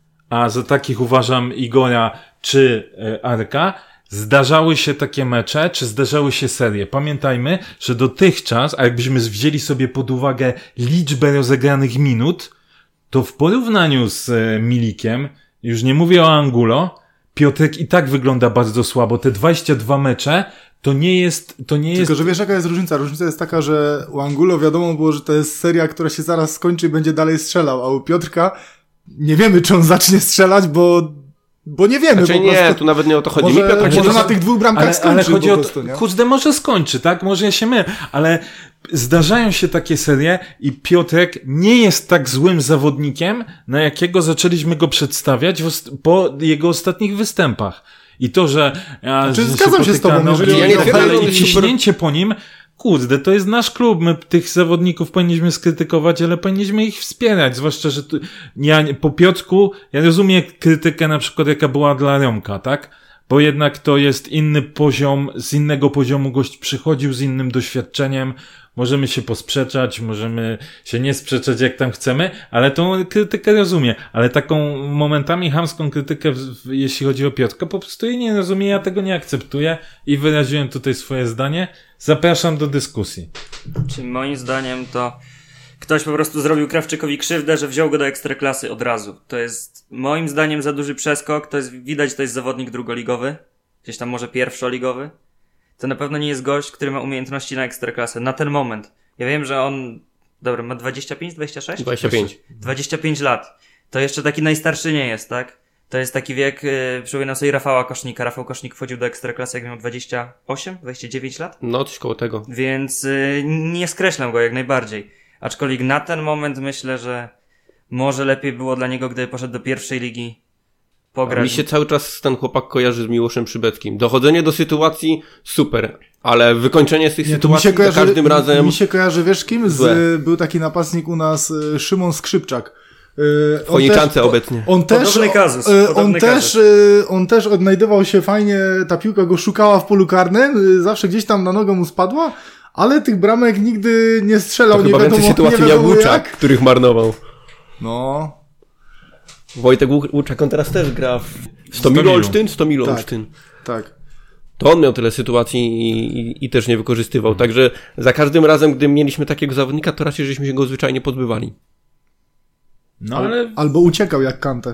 a za takich uważam Igora czy y, Arka, zdarzały się takie mecze, czy zdarzały się serie. Pamiętajmy, że dotychczas, a jakbyśmy wzięli sobie pod uwagę liczbę rozegranych minut, to w porównaniu z e, Milikiem, już nie mówię o Angulo, Piotrek i tak wygląda bardzo słabo. Te dwadzieścia dwa mecze to nie jest... To nie Tylko, jest... że wiesz jaka jest różnica? Różnica jest taka, że u Angulo wiadomo było, że to jest seria, która się zaraz skończy i będzie dalej strzelał, a u Piotrka nie wiemy, czy on zacznie strzelać, bo Bo nie wiemy, znaczy, po nie, prostu. tu nawet nie o to chodzi. Może, Mi Piotrek może się na to... tych dwóch bramkach ale, skończy ale chodzi po o prostu, to, nie? kurde, może skończy, tak? Może ja się mylę, ale zdarzają się takie serie i Piotrek nie jest tak złym zawodnikiem, na jakiego zaczęliśmy go przedstawiać w, po jego ostatnich występach. I to, że... Ja, Znaczy, że zgadzam się z tobą, potykano, jeżeli i ja nie tak twierdzę, dalej, że i on jest ciśnięcie po nim, kurde, to jest nasz klub, my tych zawodników powinniśmy skrytykować, ale powinniśmy ich wspierać, zwłaszcza, że tu, ja po Piotrku, ja rozumiem krytykę na przykład jaka była dla Romka, tak? Bo jednak to jest inny poziom, z innego poziomu gość przychodził z innym doświadczeniem, możemy się posprzeczać, możemy się nie sprzeczać jak tam chcemy, ale tą krytykę rozumiem, ale taką momentami chamską krytykę, w, w, jeśli chodzi o Piotrka, po prostu jej nie rozumiem, ja tego nie akceptuję i wyraziłem tutaj swoje zdanie. Zapraszam do dyskusji. Czyli moim zdaniem to ktoś po prostu zrobił Krawczykowi krzywdę, że wziął go do Ekstraklasy od razu. To jest moim zdaniem za duży przeskok, to jest, widać, to jest zawodnik drugoligowy, gdzieś tam może pierwszoligowy. To na pewno nie jest gość, który ma umiejętności na Ekstraklasę. Na ten moment. Ja wiem, że on, dobra, ma dwadzieścia pięć, dwadzieścia sześć? dwadzieścia pięć. dwadzieścia pięć lat. To jeszcze taki najstarszy nie jest, tak? To jest taki wiek, yy, przypominam sobie Rafała Kosznika. Rafał Kosznik wchodził do Ekstraklasy, jak miał dwadzieścia osiem, dwadzieścia dziewięć lat. No, coś koło tego. Więc yy, nie skreślam go jak najbardziej. Aczkolwiek na ten moment myślę, że może lepiej było dla niego, gdyby poszedł do pierwszej ligi pograć. Mi się cały czas ten chłopak kojarzy z Miłoszem Przybeckim. Dochodzenie do sytuacji super, ale wykończenie z tych Nie, to sytuacji mi się kojarzy, za każdym razem... Mi się kojarzy, wiesz kim? Złe. Z, był taki napastnik u nas, y, Szymon Skrzypczak. Y, W Chojniczance obecnie. On też, Podobny kazus, y, podobny on, też, y, on też odnajdywał się fajnie, ta piłka go szukała w polu karnym, y, zawsze gdzieś tam na nogę mu spadła, ale tych bramek nigdy nie strzelał, To nie chyba wiadomo, więcej sytuacji nie miał wiadomo Łuczak, jak. których marnował. No, Wojtek Łu- Łuczak, on teraz też gra w Stomilu Stomilu. Olsztyn? Stomilu Tak. Olsztyn. tak. To on miał tyle sytuacji i, i, i też nie wykorzystywał. Także za każdym razem, gdy mieliśmy takiego zawodnika, to raczej żeśmy się go zwyczajnie pozbywali. No ale... Albo uciekał jak Kante.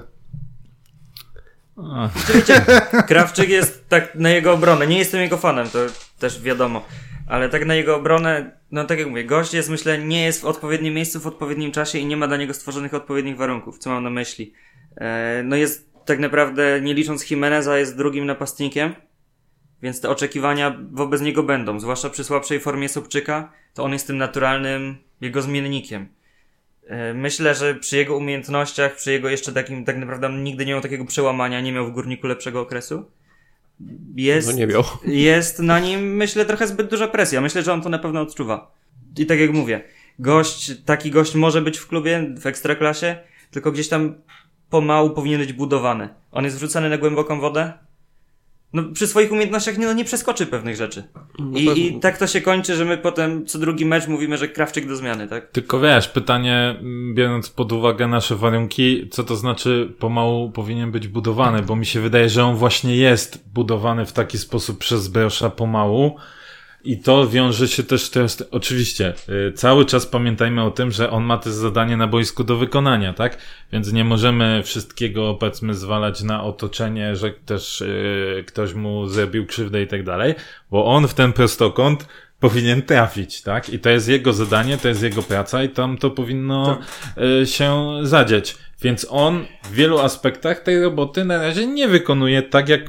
A, Krawczyk jest tak na jego obronę. Nie jestem jego fanem, to też wiadomo. Ale tak na jego obronę, no tak jak mówię, gość jest, myślę, nie jest w odpowiednim miejscu, w odpowiednim czasie i nie ma dla niego stworzonych odpowiednich warunków. Co mam na myśli? E, no jest tak naprawdę, nie licząc Jimeneza, jest drugim napastnikiem, więc te oczekiwania wobec niego będą. Zwłaszcza przy słabszej formie Sobczyka, to on jest tym naturalnym jego zmiennikiem. E, myślę, że przy jego umiejętnościach, przy jego jeszcze takim, tak naprawdę on nigdy nie miał takiego przełamania, nie miał w Górniku lepszego okresu. Jest, No nie miał. jest na nim, myślę, trochę zbyt duża presja. Myślę, że on to na pewno odczuwa. I tak jak mówię, gość, taki gość może być w klubie, w Ekstraklasie, tylko gdzieś tam pomału powinien być budowany. On jest wrzucany na głęboką wodę. No, przy swoich umiejętnościach nie, no, nie przeskoczy pewnych rzeczy. No I, pewnie. I tak to się kończy, że my potem co drugi mecz mówimy, że Krawczyk do zmiany, tak? tylko wiesz, pytanie, m, biorąc pod uwagę nasze warunki, co to znaczy pomału powinien być budowany, bo mi się wydaje, że on właśnie jest budowany w taki sposób przez Brosza pomału i to wiąże się też, to jest, oczywiście, y, cały czas pamiętajmy o tym, że on ma też zadanie na boisku do wykonania, tak? Więc nie możemy wszystkiego, powiedzmy, zwalać na otoczenie, że też y, ktoś mu zrobił krzywdę i tak dalej, bo on w ten prostokąt powinien trafić, tak? I to jest jego zadanie, to jest jego praca i tam to powinno y, się zadziać. Więc on w wielu aspektach tej roboty na razie nie wykonuje tak, jak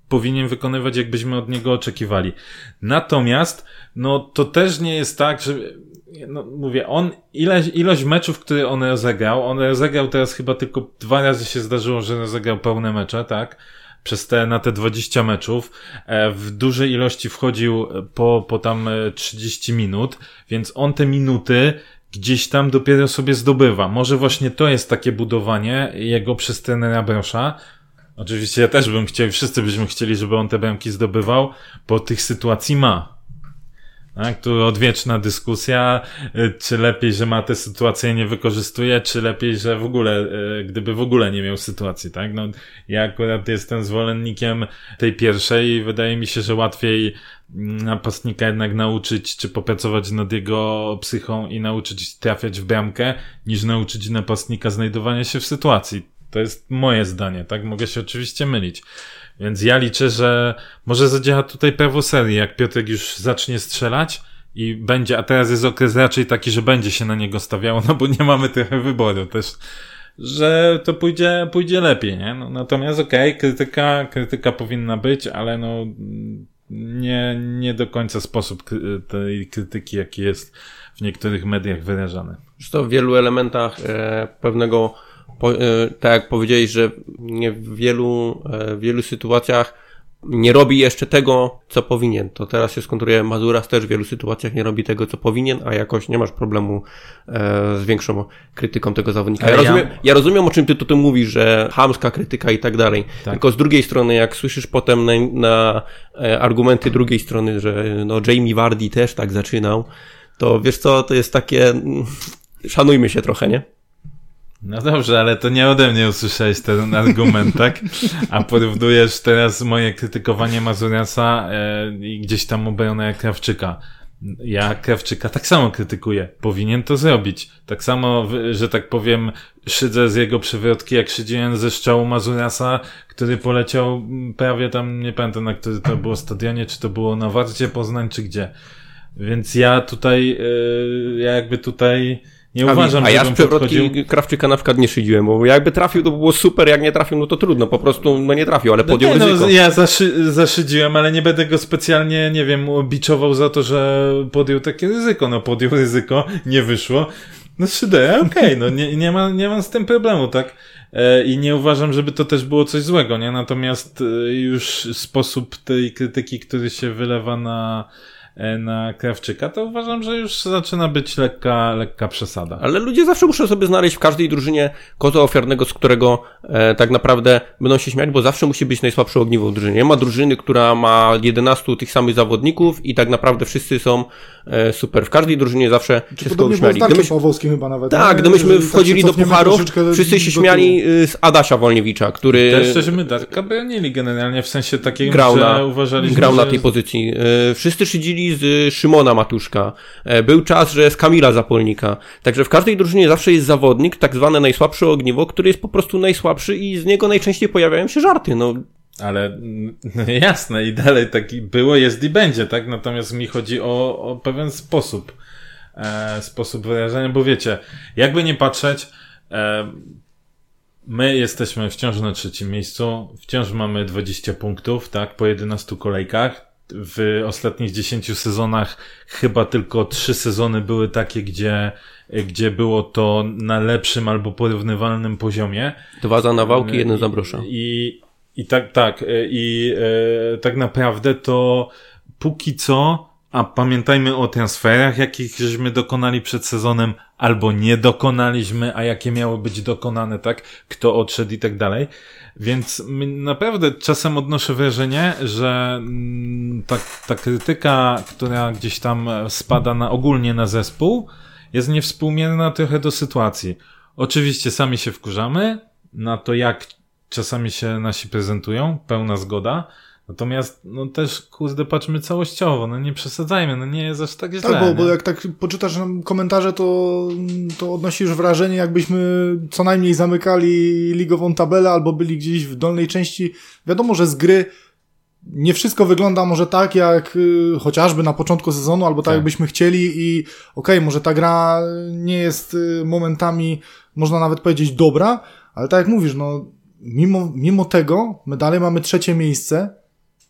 powinien wykonywać, jakbyśmy od niego oczekiwali. Natomiast, no to też nie jest tak, że, no mówię, on, ileś, ilość meczów, które on rozegrał, on rozegrał teraz chyba tylko dwa razy się zdarzyło, że rozegrał pełne mecze, tak? Przez te, na te dwadzieścia meczów, w dużej ilości wchodził po, po tam trzydzieści minut, więc on te minuty gdzieś tam dopiero sobie zdobywa. Może właśnie to jest takie budowanie jego przez trenera Brosza. Oczywiście ja też bym chciał, wszyscy byśmy chcieli, żeby on te bramki zdobywał, bo tych sytuacji ma. Tak, tu odwieczna dyskusja, czy lepiej, że ma te sytuacje i nie wykorzystuje, czy lepiej, że w ogóle, gdyby w ogóle nie miał sytuacji, tak? No, ja akurat jestem zwolennikiem tej pierwszej i wydaje mi się, że łatwiej napastnika jednak nauczyć, czy popracować nad jego psychą i nauczyć trafiać w bramkę, niż nauczyć napastnika znajdowania się w sytuacji. To jest moje zdanie, tak? Mogę się oczywiście mylić. Więc ja liczę, że może zadziała tutaj prawo serii, jak Piotrek już zacznie strzelać i będzie, a teraz jest okres raczej taki, że będzie się na niego stawiało, no bo nie mamy trochę wyboru też, że to pójdzie, pójdzie lepiej, nie? No, natomiast okej, okay, krytyka, krytyka powinna być, ale no nie, nie do końca sposób tej krytyki, jaki jest w niektórych mediach wyrażany. Zresztą w wielu elementach e, pewnego Po, tak jak powiedziałeś, że nie w wielu, w wielu sytuacjach nie robi jeszcze tego, co powinien. To teraz się skontruje, Mazuras też w wielu sytuacjach nie robi tego, co powinien, a jakoś nie masz problemu e, z większą krytyką tego zawodnika. Ja rozumiem, ja rozumiem, o czym ty tutaj mówisz, że chamska krytyka i tak dalej. Tak. Tylko z drugiej strony, jak słyszysz potem na, na e, argumenty drugiej strony, że no Jamie Vardy też tak zaczynał, to wiesz co, to jest takie, szanujmy się trochę, nie? No dobrze, ale to nie ode mnie usłyszałeś ten argument, tak? A porównujesz teraz moje krytykowanie Mazurasa e, i gdzieś tam obronę Krawczyka. Ja Krawczyka tak samo krytykuję. Powinien to zrobić. Tak samo, że tak powiem, szydzę z jego przewrotki, jak szydziłem ze strzału Mazurasa, który poleciał prawie tam, nie pamiętam na który to było stadionie, czy to było na Warcie Poznań, czy gdzie. Więc ja tutaj, e, ja jakby tutaj... Nie uważam, a ja z przewrotki podchodził... Krawczyka na przykład nie szydziłem, bo jakby trafił, to było super, jak nie trafił, no to trudno, po prostu no nie trafił, ale podjął no, ryzyko. No, ja zaszy, zaszydziłem, ale nie będę go specjalnie, nie wiem, biczował za to, że podjął takie ryzyko. No podjął ryzyko, nie wyszło. No szydę, okej, okay, no nie, nie, ma, nie mam z tym problemu, tak? E, I nie uważam, żeby to też było coś złego, nie? Natomiast e, już sposób tej krytyki, który się wylewa na... na Krawczyka, to uważam, że już zaczyna być lekka, lekka przesada. Ale ludzie zawsze muszą sobie znaleźć w każdej drużynie kota ofiarnego, z którego e, tak naprawdę będą się śmiać, bo zawsze musi być najsłabsze ogniwo w drużynie. Nie ma drużyny, która ma jedenastu tych samych zawodników i tak naprawdę wszyscy są e, super. W każdej drużynie zawsze się z kogoś śmiali. Gdybyś... Pawłowskim chyba nawet. Tak, gdy myśmy wchodzili tak do pucharów, wszyscy się śmiali z Adasia Wolniewicza, który... Też żeśmy Darka bronili generalnie, w sensie takim, grał że na, uważaliśmy, grał że... na tej pozycji. E, wszyscy szydzili z Szymona Matuszka. Był czas, że z Kamila Zapolnika. Także w każdej drużynie zawsze jest zawodnik, tak zwane najsłabsze ogniwo, który jest po prostu najsłabszy i z niego najczęściej pojawiają się żarty. No. Ale no jasne i dalej taki było, jest i będzie, tak? Natomiast mi chodzi o, o pewien sposób. E, sposób wyrażania, bo wiecie, jakby nie patrzeć, e, my jesteśmy wciąż na trzecim miejscu, wciąż mamy dwadzieścia punktów, tak? Po jedenastu kolejkach. W ostatnich dziesięciu sezonach chyba tylko trzy sezony były takie, gdzie, gdzie było to na lepszym albo porównywalnym poziomie. Dwa za Nawałki, jeden za Brosza. I, i tak, tak, i e, tak naprawdę to póki co, a pamiętajmy o transferach, jakich żeśmy dokonali przed sezonem, albo nie dokonaliśmy, a jakie miały być dokonane, tak? Kto odszedł i tak dalej. Więc naprawdę czasem odnoszę wrażenie, że ta, ta krytyka, która gdzieś tam spada na, ogólnie na zespół, jest niewspółmierna trochę do sytuacji. Oczywiście sami się wkurzamy na to, jak czasami się nasi prezentują, pełna zgoda. Natomiast, no też, kurde, patrzmy całościowo, no nie przesadzajmy, no nie jest aż tak źle. Tak, bo, bo jak tak poczytasz komentarze, to, to odnosisz wrażenie, jakbyśmy co najmniej zamykali ligową tabelę, albo byli gdzieś w dolnej części. Wiadomo, że z gry nie wszystko wygląda może tak, jak y, chociażby na początku sezonu, albo tak, tak. jakbyśmy chcieli i okej, okay, może ta gra nie jest y, momentami, można nawet powiedzieć, dobra, ale tak jak mówisz, no mimo, mimo tego my dalej mamy trzecie miejsce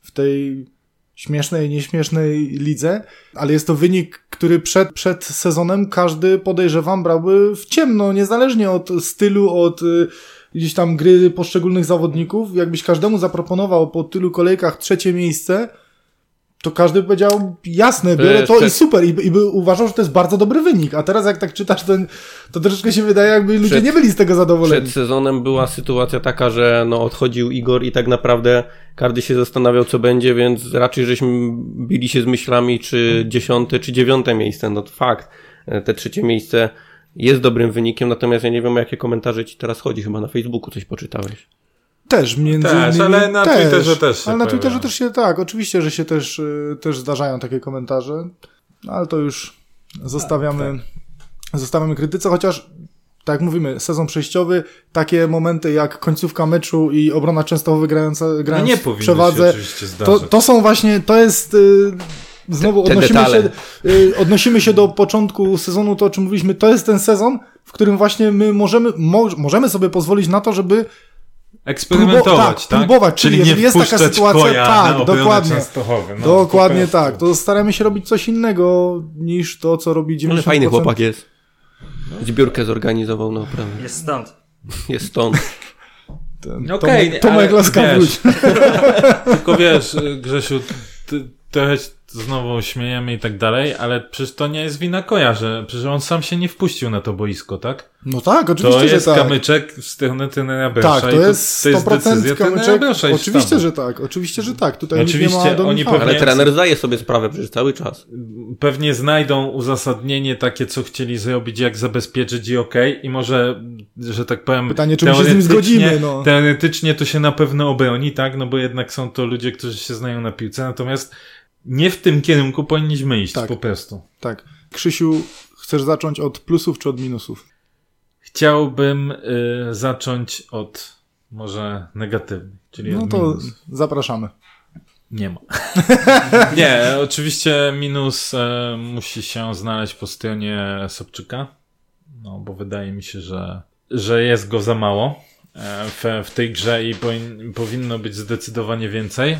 w tej śmiesznej, nieśmiesznej lidze, ale jest to wynik, który przed, przed sezonem każdy, podejrzewam, brałby w ciemno, niezależnie od stylu, od y, gdzieś tam gry poszczególnych zawodników. Jakbyś każdemu zaproponował po tylu kolejkach trzecie miejsce, to każdy by powiedział, jasne, biorę to przed... i super, i, i by uważał, że to jest bardzo dobry wynik. A teraz jak tak czytasz, to, to troszeczkę się wydaje, jakby ludzie przed, nie byli z tego zadowoleni. Przed sezonem była sytuacja taka, że no odchodził Igor i tak naprawdę każdy się zastanawiał, co będzie, więc raczej żeśmy bili się z myślami, czy dziesiąte, czy dziewiąte miejsce. No to fakt, te trzecie miejsce jest dobrym wynikiem, natomiast ja nie wiem, o jakie komentarze ci teraz chodzi, chyba na Facebooku coś poczytałeś. Też, między też, innymi. ale na też, Twitterze też się Ale na pojawia. Twitterze też się, tak, oczywiście, że się też, też zdarzają takie komentarze, no, ale to już zostawiamy, tak, tak. zostawiamy krytyce, chociaż, tak jak mówimy, sezon przejściowy, takie momenty jak końcówka meczu i obrona Częstochowy grająca, grając no nie w przewadze, to, to są właśnie, to jest... Yy, Znowu te, te odnosimy, detale. się, yy, odnosimy się do początku sezonu, to o czym mówiliśmy, to jest ten sezon, w którym właśnie my możemy, mo, możemy sobie pozwolić na to, żeby eksperymentować, Próbo- tak, tak? próbować, czyli, czyli jeżeli nie jest taka sytuacja, tak, dokładnie, no, dokładnie tak, to staramy się robić coś innego niż to, co robi dziewięćdziesiąt procent. Ale fajny chłopak jest. Zbiórkę zorganizował, no prawda. Jest stąd. Jest stąd. Ten, Okej, Tomek, Tomek Laska wróć. Tylko wiesz, Grzesiu, ty, trochę znowu śmiejemy i tak dalej, ale przecież to nie jest wina Koja, że przecież on sam się nie wpuścił na to boisko, tak? No tak, oczywiście, to jest że tak. kamyczek w stronę trenera Bresza. Tak, to jest sto procent kamyczek. Oczywiście, że tak, oczywiście, że tak. Tutaj oczywiście nie ma do oni pewnie... Ale trener zdaje sobie sprawę przecież cały czas. Pewnie znajdą uzasadnienie takie, co chcieli zrobić, jak zabezpieczyć i okej, okay, i może, że tak powiem, pytanie, czy my się z tym zgodzimy, no. Teoretycznie to się na pewno obroni, tak? No bo jednak są to ludzie, którzy się znają na piłce, natomiast nie w tym kierunku powinniśmy iść, tak, po prostu. Tak. Krzysiu, chcesz zacząć od plusów czy od minusów? Chciałbym y, zacząć od może negatywnych, czyli no od to minusów. Zapraszamy. Nie ma. Nie, oczywiście minus e, musi się znaleźć po stronie Sobczyka, no bo wydaje mi się, że, że jest go za mało e, w, w tej grze i powin, powinno być zdecydowanie więcej.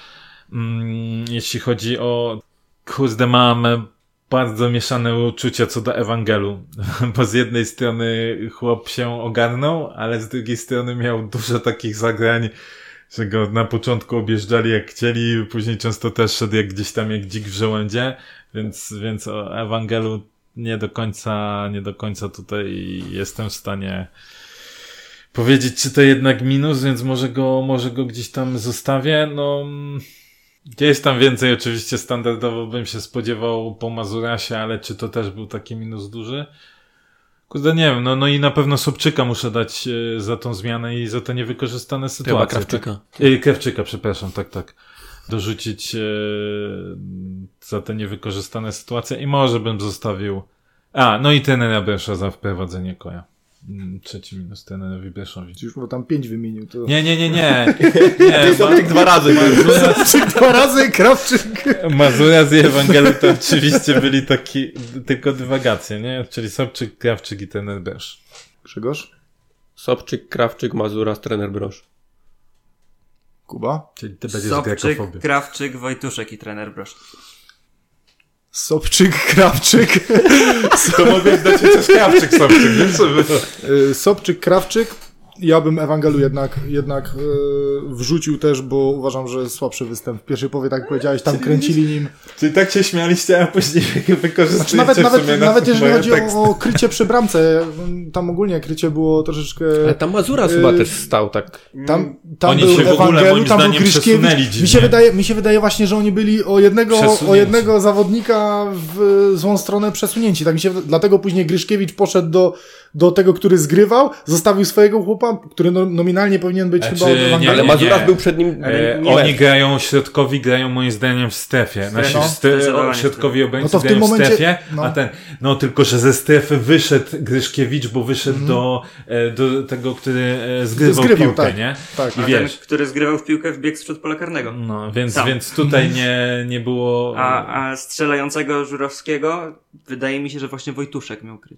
Mm, jeśli chodzi o kurde, mamy bardzo mieszane uczucia co do Ewangelu, bo z jednej strony chłop się ogarnął, ale z drugiej strony miał dużo takich zagrań, że go na początku objeżdżali jak chcieli, później często też szedł jak gdzieś tam jak dzik w żołędzie, więc, więc o Ewangelu nie do końca, nie do końca tutaj jestem w stanie powiedzieć, czy to jednak minus, więc może go, może go gdzieś tam zostawię. No, gdzieś tam więcej oczywiście standardowo bym się spodziewał po Mazurasie, ale czy to też był taki minus duży? Kurde, nie wiem, no, no i na pewno Sobczyka muszę dać e, za tą zmianę i za te niewykorzystane sytuacje. Chyba Krawczyka. Tak? E, Krawczyka, przepraszam, tak, tak. Dorzucić e, za te niewykorzystane sytuacje i może bym zostawił... A, no i trenera Bresza za wprowadzenie Koja. Trzeci minus trenerowi Breszowi. Już bo tam pięć wymienił. To... Nie, nie, nie, nie. nie Sobczyk dwa razy. Sobczyk dwa razy, Krawczyk. Mazura z Ewangelu to oczywiście byli taki, tylko dywagacje, nie? Czyli Sobczyk, Krawczyk i trener Bresz. Grzegorz? Sobczyk, Krawczyk, Mazura, trener Brosz. Kuba? Czyli ty będziesz Sobczyk, grekofobią. Krawczyk, Wojtuszek i trener Brosz. Sobczyk, Krawczyk. To mogłeś dać coś Krawczyk, Sobczyk, wiesz? Sobczyk, Krawczyk. Ja bym Ewangelu jednak, jednak yy, wrzucił też, bo uważam, że słabszy występ. W pierwszej połowie, tak jak powiedziałeś, tam czyli kręcili nim. Czyli tak się śmialiście, a później wykorzystujecie znaczy, nawet, nawet, na nawet jeżeli chodzi tekst. o, o krycie przy bramce, tam ogólnie krycie było troszeczkę... Ale tam Mazura yy, chyba też stał tak. Tam, tam oni był się w ogóle, Ewangelu, moim tam był zdaniem, Gryszkiewicz. Mi się, wydaje, mi się wydaje właśnie, że oni byli o jednego, o jednego zawodnika w złą stronę przesunięci. Tak mi się, dlatego później Gryszkiewicz poszedł do, do tego, który zgrywał, zostawił swojego chłopa, który no, nominalnie powinien być E, chyba czy, od Ewangelu. nie, Ale nie, Mazuras nie. był przed nim... E, nie oni mecz. grają, środkowi grają moim zdaniem w strefie. Nasi No, stre- środkowi obrońcy no to w grają tym momencie, w strefie, no. a ten, no tylko, że ze strefy wyszedł Gryszkiewicz, bo wyszedł mm. do, e, do tego, który e, zgrywał, Zgrywał, piłkę, tak, nie? tak. I A wiesz, ten, który zgrywał w piłkę, wbiegł z przed pola karnego. no, więc, Sam. więc tutaj nie, nie było... A, a strzelającego Żurowskiego wydaje mi się, że właśnie Wojtuszek miał kryć.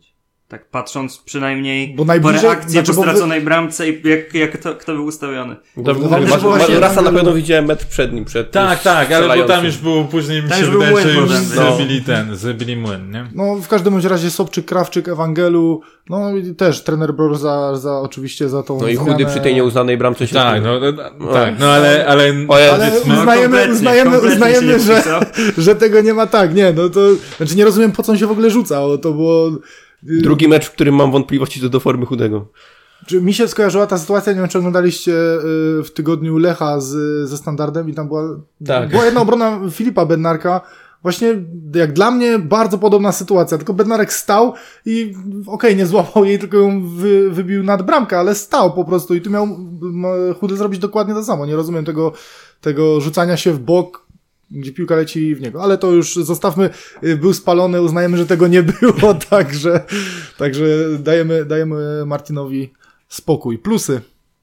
Tak patrząc przynajmniej Bo po najbliżej- reakcji, znaczy, po bo wy- straconej bramce i jak, jak to, kto był ustawiony. Dobrze, No, Mas- właśnie- Mas- Rasa na pewno widziałem metr przed nim, przed Tak, już tak, ale bo tam strzelającym. już było później, mi Tam się już był wydaje, młyn że już potem, no. zrobili ten, zrobili młyn, nie? No, w każdym bądź razie Sobczyk, Krawczyk, Ewangelu, no i też trener Bror za, za oczywiście za tą No i zmianę. chudy przy tej nieuznanej bramce się Tak, no, no, no tak, no ale, ale, O, ja- Ale powiedzmy- uznajemy, kompletnie, uznajemy, kompletnie uznajemy się nie że, wpisał. że tego nie ma tak, nie, no to, znaczy nie rozumiem po co on się w ogóle rzucał, to było... Drugi mecz, w którym mam wątpliwości co do formy Chudego. Czy mi się skojarzyła ta sytuacja, nie wiem czy oglądaliście y, w tygodniu Lecha z, ze Standardem i tam była, Tak. była jedna obrona Filipa Bednarka, właśnie jak dla mnie bardzo podobna sytuacja, tylko Bednarek stał i okej, okay, nie złapał jej, tylko ją wy, wybił nad bramkę, ale stał po prostu i tu miał m, Chudy zrobić dokładnie to samo, nie rozumiem tego, tego rzucania się w bok, gdzie piłka leci w niego, ale to już zostawmy, y, był spalony, uznajemy, że tego nie było, także, także dajemy, dajemy Martinowi spokój. Plusy.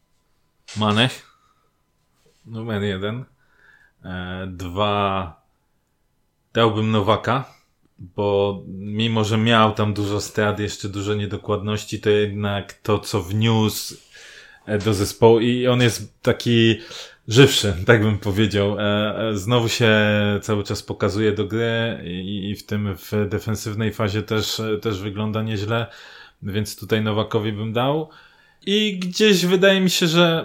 Manech. Numer jeden. E, dwa. Dałbym Nowaka, bo mimo, że miał tam dużo strat, jeszcze dużo niedokładności, to jednak to, co wniósł e, do zespołu i on jest taki żywszy, tak bym powiedział. E, e, znowu się cały czas pokazuje do gry i, i w tym w defensywnej fazie też, też wygląda nieźle, więc tutaj Nowakowi bym dał. I gdzieś wydaje mi się, że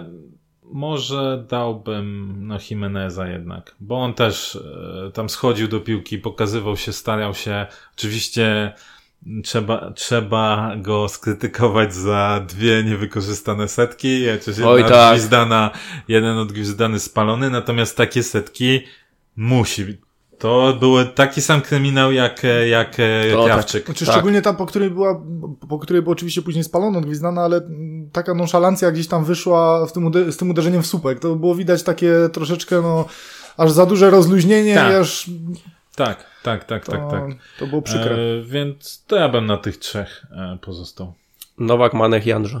może dałbym no Jimeneza jednak, bo on też e, tam schodził do piłki, pokazywał się, starał się. Oczywiście trzeba, trzeba go skrytykować za dwie niewykorzystane setki, chociaż Oj, jedna tak. odgwizdana, jeden odgwizdany spalony, natomiast takie setki musi. To był taki sam kryminał jak, jak To Krawczyk. Znaczy, Tak. szczególnie tam, po której była, po której była oczywiście później spalona, odgwizdana, ale mm, taka nonszalancja gdzieś tam wyszła w tym ude- z tym uderzeniem w słupek. To było widać takie troszeczkę, no, aż za duże rozluźnienie Tak. i aż Tak, tak, tak, to, tak, tak. to było przykre. E, więc to ja bym na tych trzech e, pozostał. Nowak, Manech, Jandrza.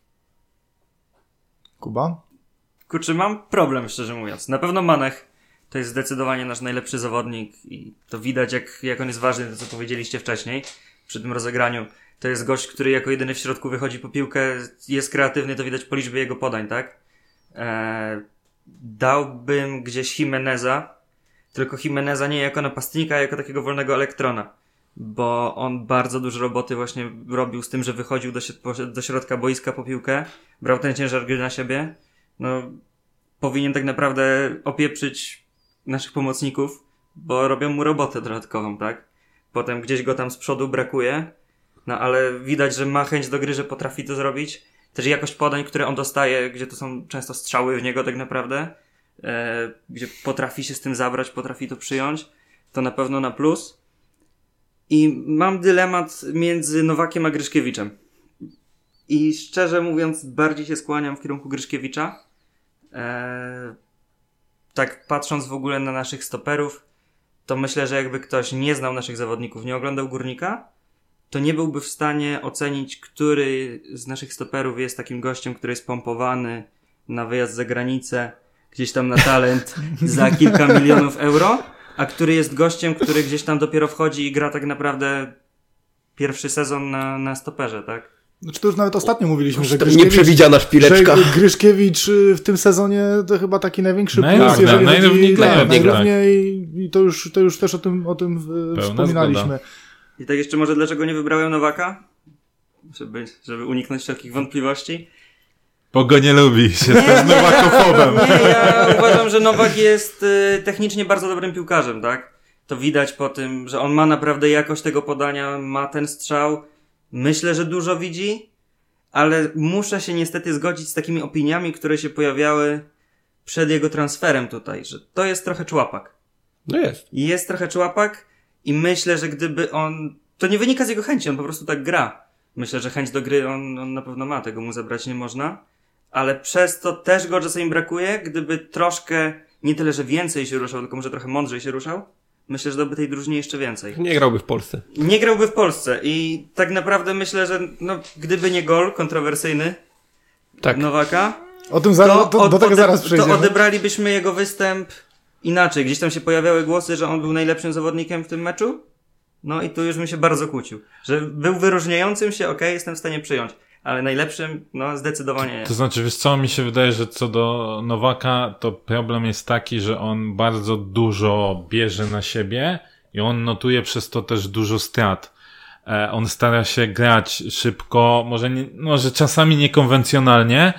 Kuba? Kurczę, mam problem, szczerze mówiąc. Na pewno Manech to jest zdecydowanie nasz najlepszy zawodnik i to widać, jak, jak on jest ważny, to co powiedzieliście wcześniej przy tym rozegraniu. To jest gość, który jako jedyny w środku wychodzi po piłkę, jest kreatywny, to widać po liczbie jego podań, tak? Eee, dałbym gdzieś Jimeneza, tylko Jimeneza nie jako napastnika, a jako takiego wolnego elektrona, bo on bardzo dużo roboty właśnie robił z tym, że wychodził do, si- do środka boiska po piłkę, brał ten ciężar gry na siebie. No, powinien tak naprawdę opieprzyć naszych pomocników, bo robią mu robotę dodatkową, tak? Potem gdzieś go tam z przodu brakuje, no ale widać, że ma chęć do gry, że potrafi to zrobić. Też jakość podań, które on dostaje, gdzie to są często strzały w niego tak naprawdę, e, gdzie potrafi się z tym zabrać, potrafi to przyjąć, to na pewno na plus. I mam dylemat między Nowakiem a Gryszkiewiczem. I szczerze mówiąc, bardziej się skłaniam w kierunku Gryszkiewicza. Eee, tak patrząc w ogóle na naszych stoperów, to myślę, że jakby ktoś nie znał naszych zawodników, nie oglądał Górnika, to nie byłby w stanie ocenić, który z naszych stoperów jest takim gościem, który jest pompowany na wyjazd za granicę, gdzieś tam na talent za kilka milionów euro, a który jest gościem, który gdzieś tam dopiero wchodzi i gra tak naprawdę pierwszy sezon na, na stoperze, tak? Znaczy to już nawet ostatnio mówiliśmy, że To Gryszkiewicz, nieprzewidziana szpileczka. że Gryszkiewicz y, w tym sezonie to chyba taki największy Naj- plus, tak, jeżeli naj- chodzi najrówniej tak, grał, najrówniej i to już, to już też o tym, o tym y, Pełna wspominaliśmy. zgoda. I tak jeszcze może dlaczego nie wybrałem Nowaka? Żeby, żeby uniknąć wszelkich wątpliwości. Bo go nie lubi, się też nowakofobem. Nie, ja uważam, że Nowak jest y, technicznie bardzo dobrym piłkarzem, tak? To widać po tym, że on ma naprawdę jakość tego podania, ma ten strzał. Myślę, że dużo widzi, ale muszę się niestety zgodzić z takimi opiniami, które się pojawiały przed jego transferem tutaj, że to jest trochę człapak. No jest. Jest trochę człapak i myślę, że gdyby on... To nie wynika z jego chęci, on po prostu tak gra. Myślę, że chęć do gry on, on na pewno ma, tego mu zabrać nie można. Ale przez to też go czasami brakuje, gdyby troszkę, nie tyle, że więcej się ruszał, tylko może trochę mądrzej się ruszał. Myślę, że dałby tej drużynie jeszcze więcej. Nie grałby w Polsce. Nie grałby w Polsce i tak naprawdę myślę, że no, gdyby nie gol kontrowersyjny Tak. Nowaka, O tym zaraz, to, to, do od- tego ode- zaraz to przejdziemy. odebralibyśmy jego występ inaczej. Gdzieś tam się pojawiały głosy, że on był najlepszym zawodnikiem w tym meczu. No i tu już bym się bardzo kłócił. Że był wyróżniającym się, okej, okay, jestem w stanie przyjąć. Ale najlepszym, no zdecydowanie nie. To znaczy, wiesz co, mi się wydaje, że co do Nowaka, to problem jest taki, że on bardzo dużo bierze na siebie i on notuje przez to też dużo strat. On stara się grać szybko, może, nie, może czasami niekonwencjonalnie,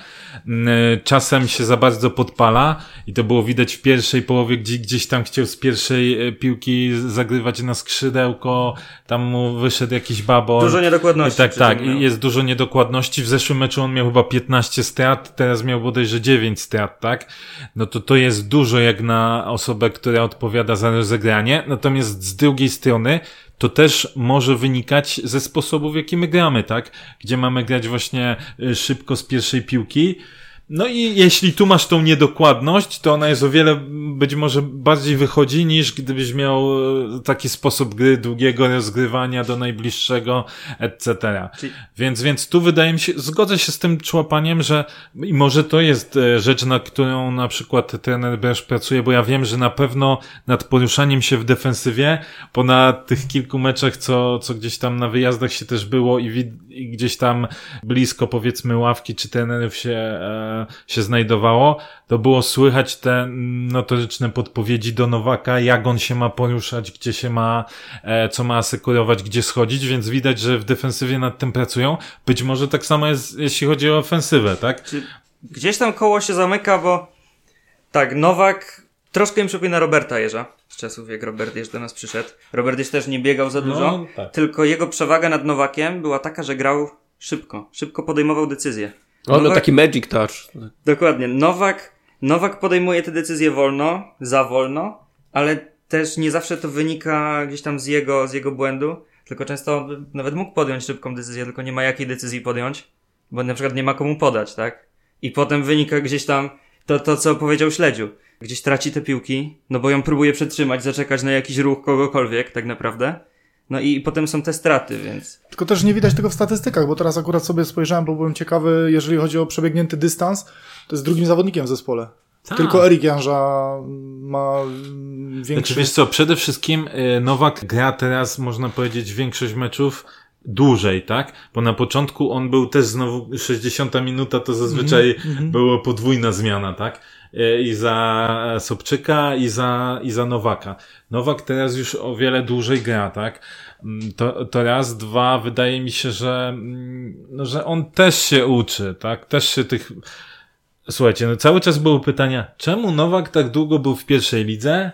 czasem się za bardzo podpala i to było widać w pierwszej połowie, gdzie, gdzieś tam chciał z pierwszej piłki zagrywać na skrzydełko, tam mu wyszedł jakiś babor. Dużo niedokładności. Tak, tak, i jest dużo niedokładności. W zeszłym meczu on miał chyba piętnaście strat, teraz miał bodajże dziewięć strat, tak? No to to jest dużo jak na osobę, która odpowiada za rozegranie, natomiast z drugiej strony to też może wynikać ze sposobu, w jaki my gramy, tak? Gdzie mamy grać właśnie szybko z pierwszej piłki. No i jeśli tu masz tą niedokładność, to ona jest o wiele być może bardziej wychodzi niż gdybyś miał taki sposób gry, długiego rozgrywania do najbliższego, et cetera. Czyli... Więc, więc tu wydaje mi się, zgodzę się z tym człapaniem, że i może to jest rzecz, nad którą na przykład trener Brasz pracuje, bo ja wiem, że na pewno nad poruszaniem się w defensywie, po na tych kilku meczach, co, co gdzieś tam na wyjazdach się też było i, wid- i gdzieś tam blisko powiedzmy ławki czy trenerów się e, się znajdowało, to było słychać te notoryczne podpowiedzi do Nowaka, jak on się ma poruszać, gdzie się ma, e, co ma asykurować, gdzie schodzić, więc widać, że w defensywie nad tym pracują. Być może tak samo jest, jeśli chodzi o ofensywę, tak? Czy gdzieś tam koło się zamyka, bo tak, Nowak troszkę mi przypomina Roberta Jeża, z czasów jak Robert Jeż do nas przyszedł. Robert Jeż też nie biegał za dużo, no, tak. Tylko jego przewaga nad Nowakiem była taka, że grał szybko, szybko podejmował decyzje. On Nowak, miał taki magic touch. Dokładnie. Nowak, Nowak podejmuje te decyzje wolno, za wolno, ale też nie zawsze to wynika gdzieś tam z jego, z jego błędu, tylko często nawet mógł podjąć szybką decyzję, tylko nie ma jakiej decyzji podjąć, bo na przykład nie ma komu podać, tak? I potem wynika gdzieś tam to, to co powiedział Śledziu. Gdzieś traci te piłki, no bo ją próbuje przetrzymać, zaczekać na jakiś ruch kogokolwiek, tak naprawdę. No i potem są te straty, więc... Tylko też nie widać tego w statystykach, bo teraz akurat sobie spojrzałem, bo byłem ciekawy, jeżeli chodzi o przebiegnięty dystans, to jest drugim zawodnikiem w zespole. Ta. Tylko Erik Janża ma większy... Znaczy, wiesz co, przede wszystkim Nowak gra teraz, można powiedzieć, większość meczów dłużej, tak? Bo na początku on był też znowu sześćdziesiąta minuta, to zazwyczaj mm-hmm. była podwójna zmiana, tak? I za Sobczyka, i za, i za Nowaka. Nowak teraz już o wiele dłużej gra, tak? To, to raz, dwa, wydaje mi się, że, no, że on też się uczy, tak? Też się tych... Słuchajcie, no cały czas były pytania, czemu Nowak tak długo był w pierwszej lidze?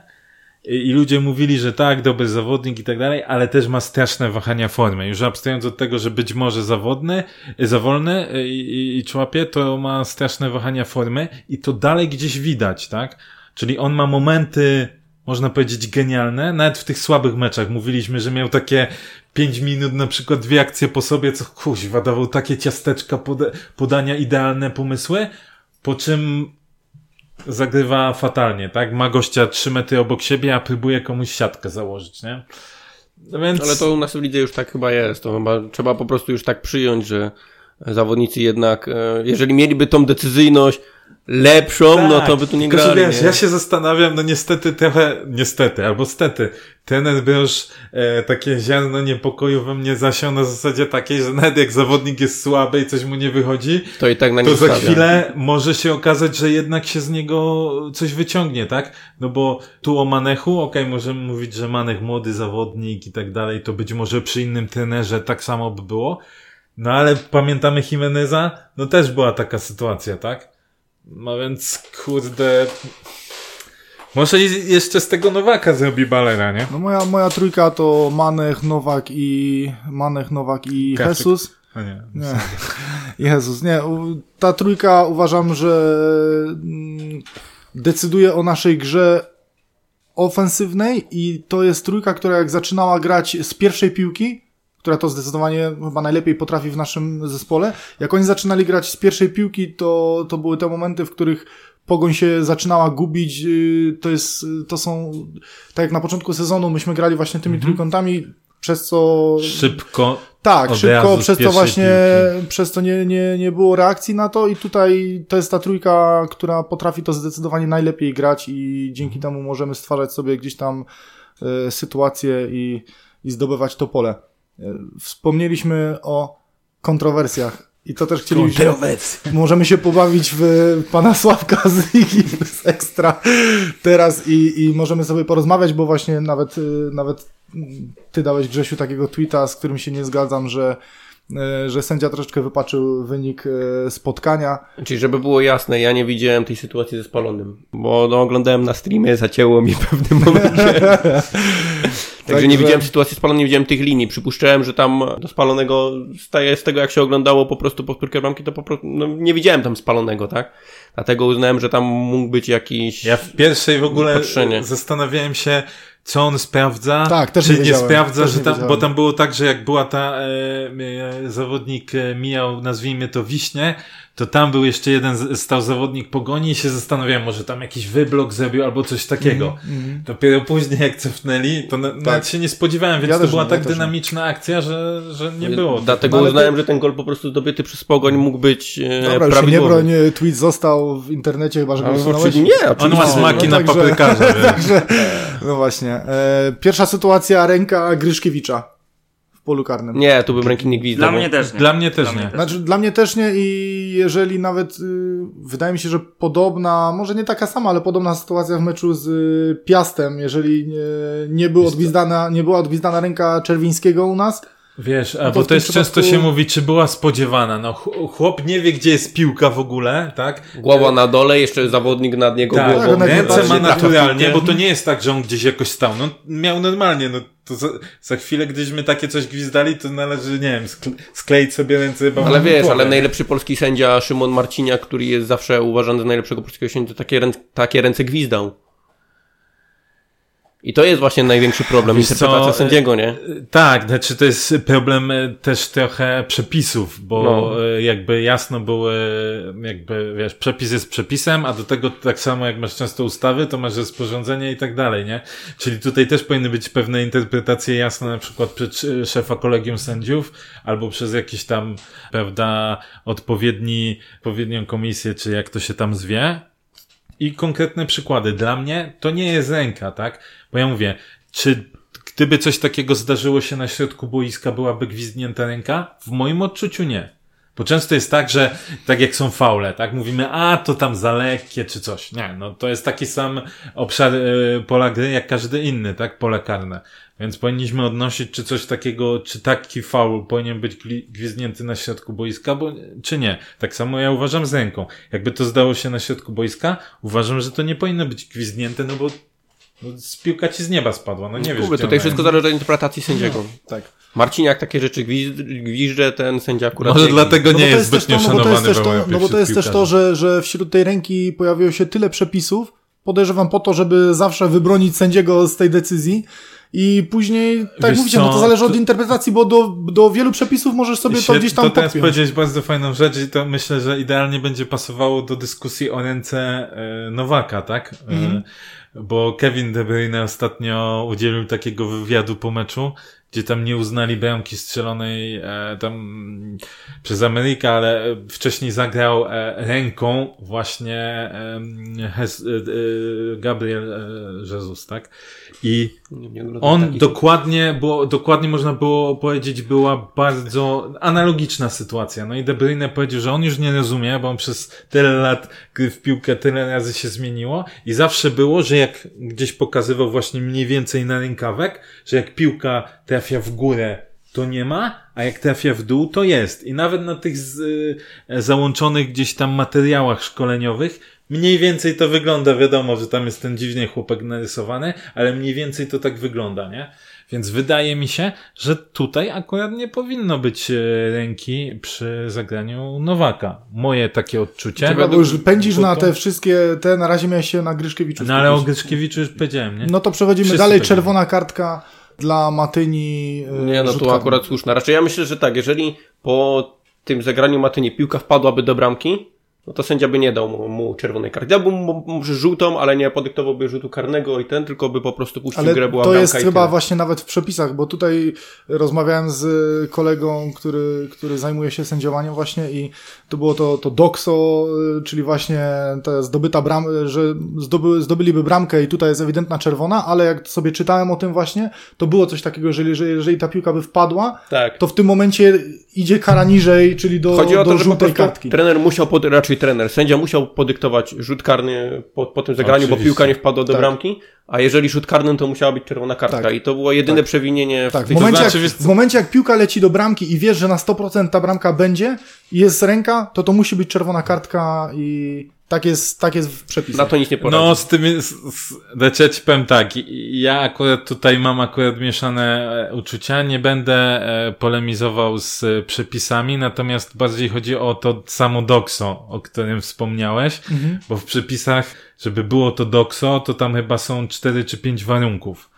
I ludzie mówili, że tak, dobry zawodnik i tak dalej, ale też ma straszne wahania formy. Już abstrahując od tego, że być może zawodny, zawolny i, i, i człapie, to ma straszne wahania formy i to dalej gdzieś widać, tak? Czyli on ma momenty, można powiedzieć, genialne, nawet w tych słabych meczach. Mówiliśmy, że miał takie pięć minut, na przykład dwie akcje po sobie, co kuźwa, dawał takie ciasteczka, poda- podania, idealne pomysły, po czym zagrywa fatalnie, tak? Ma gościa trzy metry obok siebie, a próbuje komuś siatkę założyć, nie? Więc... Ale to u nas w lidze już tak chyba jest. To chyba trzeba po prostu już tak przyjąć, że zawodnicy jednak, jeżeli mieliby tą decyzyjność lepszą, tak, no to by tu nie grali. Wiesz, nie? Ja się zastanawiam, no niestety trochę, niestety, albo stety, trener Broż e, takie ziarno niepokoju we mnie zasiał na zasadzie takiej, że nawet jak zawodnik jest słaby i coś mu nie wychodzi, to i tak na to za stawia. chwilę może się okazać, że jednak się z niego coś wyciągnie, tak? No bo tu o Manechu, okej, okay, możemy mówić, że Manech młody zawodnik i tak dalej, to być może przy innym trenerze tak samo by było, no ale pamiętamy Jimeneza, no też była taka sytuacja, tak? No więc, kurde... Może jeszcze z tego Nowaka zrobi balera, nie? No moja, moja trójka to Manech, Nowak i... Manech, Nowak i Krawczyk. Jesus. A nie. Nie. Jezus, nie. Ta trójka uważam, że decyduje o naszej grze ofensywnej i to jest trójka, która jak zaczynała grać z pierwszej piłki, która to zdecydowanie chyba najlepiej potrafi w naszym zespole. Jak oni zaczynali grać z pierwszej piłki, to, to były te momenty, w których Pogoń się zaczynała gubić. To jest, to są, tak jak na początku sezonu myśmy grali właśnie tymi mm-hmm. trójkątami, przez co... Szybko. Tak, szybko, przez to właśnie, piłki. przez to nie, nie, nie było reakcji na to i tutaj to jest ta trójka, która potrafi to zdecydowanie najlepiej grać i dzięki temu możemy stwarzać sobie gdzieś tam y, sytuacje i i zdobywać to pole. Wspomnieliśmy o kontrowersjach i to też chcieliśmy, możemy się pobawić w pana Sławka z Ligi z Ekstra teraz i, i możemy sobie porozmawiać, bo właśnie nawet, nawet ty dałeś, Grzesiu, takiego tweeta, z którym się nie zgadzam, że że sędzia troszeczkę wypaczył wynik spotkania. Czyli żeby było jasne, ja nie widziałem tej sytuacji ze spalonym, bo no, oglądałem na streamie, zacięło mi w pewnym momencie. Także tak, nie że... widziałem sytuacji spalonej, nie widziałem tych linii. Przypuszczałem, że tam do spalonego staje z tego, jak się oglądało po prostu powtórkę bramki, to po prostu no, nie widziałem tam spalonego, tak? Dlatego uznałem, że tam mógł być jakiś... Ja w pierwszej w ogóle patrzenie. Zastanawiałem się, co on sprawdza, tak, też czy nie, nie sprawdza, też że nie tam, wiedziałem. Bo tam było tak, że jak była ta e, e, zawodnik e, mijał, nazwijmy to Wiśnie, to tam był jeszcze jeden, stał zawodnik Pogoni i się zastanawiałem, może tam jakiś wyblok zrobił albo coś takiego. Mm, Dopiero później jak cofnęli, to na, tak. nawet się nie spodziewałem, więc ja to była nie, tak ja dynamiczna nie. akcja, że, że nie było. Dlatego no, uznałem, ty... że ten gol po prostu zdobyty przez Pogoń mógł być e, Dobra, prawidłowy. Nie broń, tweet został w internecie, chyba że go usunąłeś. Nie, oczywiście. On ma smaki no, na paprykarza. Także, no właśnie. E, pierwsza sytuacja, ręka Gryszkiewicza w polu karnym. Nie, tu bym ręki nie gwizdał. Dla mnie też nie. Dla mnie też dla nie. Mnie znaczy, dla mnie też nie i jeżeli nawet y, wydaje mi się, że podobna, może nie taka sama, ale podobna sytuacja w meczu z y, Piastem, jeżeli nie, nie, był odgwizdana, nie była odgwizdana ręka Czerwińskiego u nas. Wiesz, a no to bo też przypadku... często się mówi, czy była spodziewana. No chłop nie wie, gdzie jest piłka w ogóle, tak? Głowa na dole, jeszcze zawodnik nad niego tak, głową. Tak, ręce ma naturalnie, bo to nie jest tak, że on gdzieś jakoś stał. No miał normalnie, no to za, za chwilę, gdyśmy takie coś gwizdali, to należy, nie wiem, skle, skleić sobie ręce. Ale wiesz, głowę. Ale najlepszy polski sędzia Szymon Marciniak, który jest zawsze uważany za najlepszego polskiego sędzia, takie, ręce, takie ręce gwizdał. I to jest właśnie największy problem, Wiesz interpretacja co, sędziego, nie? Tak, znaczy to jest problem też trochę przepisów, bo no. jakby jasno były, jakby wiesz, przepis jest przepisem, a do tego tak samo jak masz często ustawy, to masz rozporządzenie i tak dalej, nie? Czyli tutaj też powinny być pewne interpretacje jasne, na przykład przez szefa kolegium sędziów, albo przez jakieś tam, prawda, odpowiedni, odpowiednią komisję, czy jak to się tam zwie. I konkretne przykłady. Dla mnie to nie jest ręka, tak? Bo ja mówię, czy gdyby coś takiego zdarzyło się na środku boiska, byłaby gwizdnięta ręka? W moim odczuciu nie. Bo często jest tak, że tak jak są faule, tak? Mówimy, a to tam za lekkie czy coś. Nie, no to jest taki sam obszar y, pola gry jak każdy inny, tak? Pole karne. Więc powinniśmy odnosić, czy coś takiego, czy taki faul powinien być gwizdnięty na środku boiska, bo, czy nie. Tak samo ja uważam z ręką. Jakby to zdało się na środku boiska, uważam, że to nie powinno być gwizdnięte, no bo no, piłka ci z nieba spadła, no nie wiesz. Kuby, tutaj wszystko zależy od interpretacji sędziego. No, tak. Marciniak takie rzeczy gwizdże, ten sędzia akurat... Może dlatego nie no jest zbytnio szanowany w Europie. No bo to jest też to, że, że wśród tej ręki pojawiło się tyle przepisów, podejrzewam po to, żeby zawsze wybronić sędziego z tej decyzji. I później, tak jak mówicie, no to zależy od interpretacji, bo do, do wielu przepisów możesz sobie to gdzieś tam podpiąć. To teraz podpiąć. powiedziałeś bardzo fajną rzecz i to myślę, że idealnie będzie pasowało do dyskusji o ręce e, Nowaka, tak? Mm-hmm. E, bo Kevin De Bruyne ostatnio udzielił takiego wywiadu po meczu, gdzie tam nie uznali bramki strzelonej e, tam przez Amerykę, ale wcześniej zagrał e, ręką właśnie e, Hes, e, Gabriel e, Jesus, tak? I on dokładnie, było, dokładnie można było powiedzieć, była bardzo analogiczna sytuacja. No i De Bruyne powiedział, że on już nie rozumie, bo on przez tyle lat gry w piłkę tyle razy się zmieniło i zawsze było, że jak gdzieś pokazywał właśnie mniej więcej na rękawek, że jak piłka trafia w górę, to nie ma, a jak trafia w dół, to jest. I nawet na tych z, y, załączonych gdzieś tam materiałach szkoleniowych mniej więcej to wygląda, wiadomo, że tam jest ten dziwnie chłopak narysowany, ale mniej więcej to tak wygląda, nie? Więc wydaje mi się, że tutaj akurat nie powinno być ręki przy zagraniu Nowaka. Moje takie odczucie. Ciekawe, bo już pędzisz na te wszystkie, te na razie miałeś się na Gryszkiewiczu. No ale o Gryszkiewiczu już powiedziałem, nie? No to przechodzimy Wszyscy dalej, czerwona wiem. kartka dla Matyni. Nie, no to akurat słuszna. Raczej ja myślę, że tak, jeżeli po tym zagraniu Matyni piłka wpadłaby do bramki, no to sędzia by nie dał mu, mu czerwonej karty. Dałby mu może żółtą, ale nie podyktowałby rzutu karnego i ten, tylko by po prostu puścił ale grę, była to bramka jest i chyba tyle. właśnie nawet w przepisach, bo tutaj rozmawiałem z kolegą, który, który zajmuje się sędziowaniem właśnie i to było to, to dokso, czyli właśnie ta zdobyta bramka, że zdoby, zdobyliby bramkę i tutaj jest ewidentna czerwona, ale jak sobie czytałem o tym właśnie, to było coś takiego, że jeżeli, jeżeli ta piłka by wpadła, tak. to w tym momencie idzie kara niżej, czyli do, Chodzi o do to, że żółtej po prostu kartki. trener musiał, pod, raczej trener, sędzia musiał podyktować rzut karny po, po tym zagraniu, Oczywiście. bo piłka nie wpadła do Tak. bramki, a jeżeli rzut karny, to musiała być czerwona kartka Tak. i to było jedyne Tak. przewinienie w Tak, w tych... momencie, znaczy, jak, wiesz w momencie jak piłka leci do bramki i wiesz, że na sto procent ta bramka będzie i jest ręka, to to musi być czerwona kartka i tak jest, tak jest w przepisach. Na to nic nie poradzi. No, z tym jest, z, znaczy ja ci powiem tak, ja akurat tutaj mam akurat mieszane e, uczucia, nie będę e, polemizował z e, przepisami, natomiast bardziej chodzi o to samo dokso, o którym wspomniałeś, Mhm. bo w przepisach, żeby było to dokso, to tam chyba są cztery czy pięć warunków.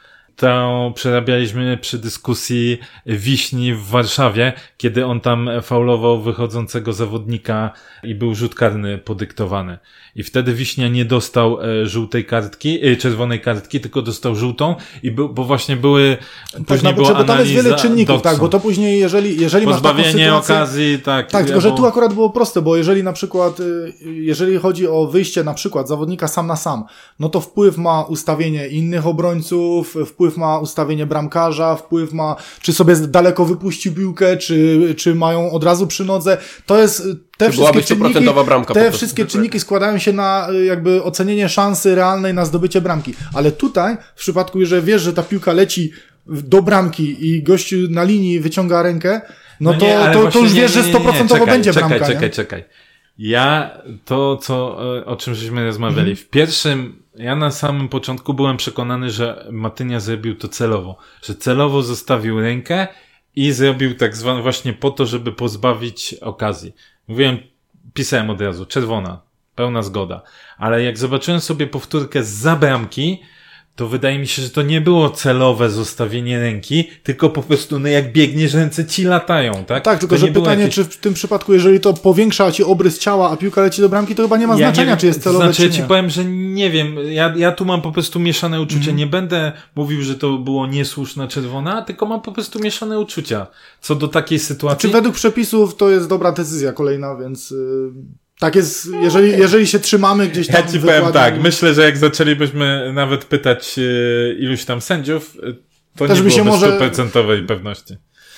To przerabialiśmy przy dyskusji Wiśni w Warszawie, kiedy on tam faulował wychodzącego zawodnika i był rzut karny podyktowany. I wtedy Wiśnia nie dostał e, żółtej kartki, e, czerwonej kartki, tylko dostał żółtą i był, bo właśnie były, Tak, później no, była bo tam jest wiele analiza czynników, doksu. tak, bo to później, jeżeli, jeżeli masz taką Pozbawienie sytuację... okazji, tak. Tak, ja tylko że bo- tu akurat było proste, bo jeżeli na przykład, y, jeżeli chodzi o wyjście na przykład zawodnika sam na sam, no to wpływ ma ustawienie innych obrońców, wpływ ma ustawienie bramkarza, wpływ ma, czy sobie daleko wypuścił piłkę, czy, czy mają od razu przy nodze. To jest, te Czy byłaby wszystkie sto procent czynniki, bramka po te prostu. wszystkie czynniki składają się na y, jakby ocenienie szansy realnej na zdobycie bramki. Ale tutaj, w przypadku, że wiesz, że ta piłka leci do bramki i gościu na linii wyciąga rękę, no, to, nie, ale to, to właśnie już nie, wiesz, nie, że nie, nie, sto procent czekaj, będzie czekaj, bramka. Czekaj, nie? czekaj. Ja, to co, e, o czym żeśmy rozmawiali, w pierwszym, ja na samym początku byłem przekonany, że Matynia zrobił to celowo, że celowo zostawił rękę i zrobił tak zwane właśnie po to, żeby pozbawić okazji. Mówiłem, pisałem od razu, czerwona, pełna zgoda, ale jak zobaczyłem sobie powtórkę zza bramki, to wydaje mi się, że to nie było celowe zostawienie ręki, tylko po prostu, no jak biegniesz, ręce ci latają, tak? Tak, tylko to że nie było pytanie, jakieś... czy w tym przypadku, jeżeli to powiększa ci obrys ciała, a piłka leci do bramki, to chyba nie ma Ja znaczenia, nie wiem, czy jest celowe, to znaczy, czy ja ci nie. powiem, że nie wiem, ja, ja tu mam po prostu mieszane uczucia, Mhm. nie będę mówił, że to było niesłuszna czerwona, tylko mam po prostu mieszane uczucia co do takiej sytuacji. Czy według przepisów to jest dobra decyzja kolejna, więc yy, tak jest, jeżeli, jeżeli się trzymamy gdzieś tam... Ja ci powiem wykładni- tak, myślę, że jak zaczęlibyśmy nawet pytać e, iluś tam sędziów, e, to Też nie by byłoby się może- stuprocentowej pewności.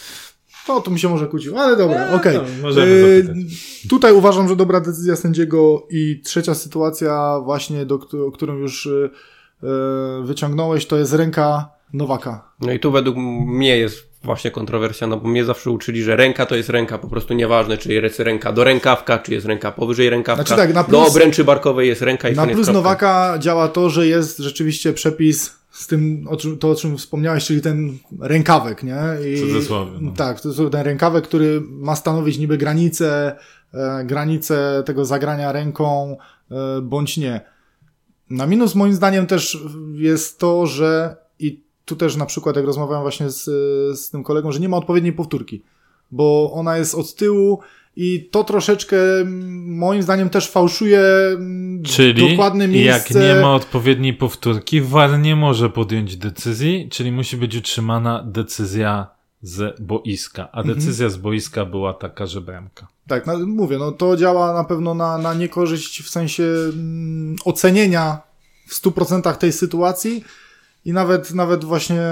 No, to mi się może kłóciło, ale dobra, No, okej. to możemy Yy, zapytać. Tutaj uważam, że dobra decyzja sędziego i trzecia sytuacja właśnie, do, któ- o którą już yy, wyciągnąłeś, to jest ręka Nowaka. No i tu według mnie jest właśnie kontrowersja, no bo mnie zawsze uczyli, że ręka to jest ręka, po prostu nieważne, czy jest ręka do rękawka, czy jest ręka powyżej rękawka, Znaczy tak, na do plus- obręczy barkowej jest ręka i Na koniec plus kropka. Nowaka działa to, że jest rzeczywiście przepis z tym, o czym, to o czym wspomniałeś, czyli ten rękawek, nie? I, W cudzysłowie, no. Tak, to jest ten rękawek, który ma stanowić niby granicę, e, granicę tego zagrania ręką, e, bądź nie. Na minus moim zdaniem też jest to, że i tu też na przykład jak rozmawiałem właśnie z, z tym kolegą, że nie ma odpowiedniej powtórki, bo ona jest od tyłu i to troszeczkę moim zdaniem też fałszuje Czyli dokładne miejsce. jak nie ma odpowiedniej powtórki, V A R nie może podjąć decyzji, czyli musi być utrzymana decyzja z boiska, a decyzja z boiska była taka, że bramka. Tak, no, mówię, no to działa na pewno na, na niekorzyść w sensie mm, ocenienia w stu procentach tej sytuacji i nawet, nawet właśnie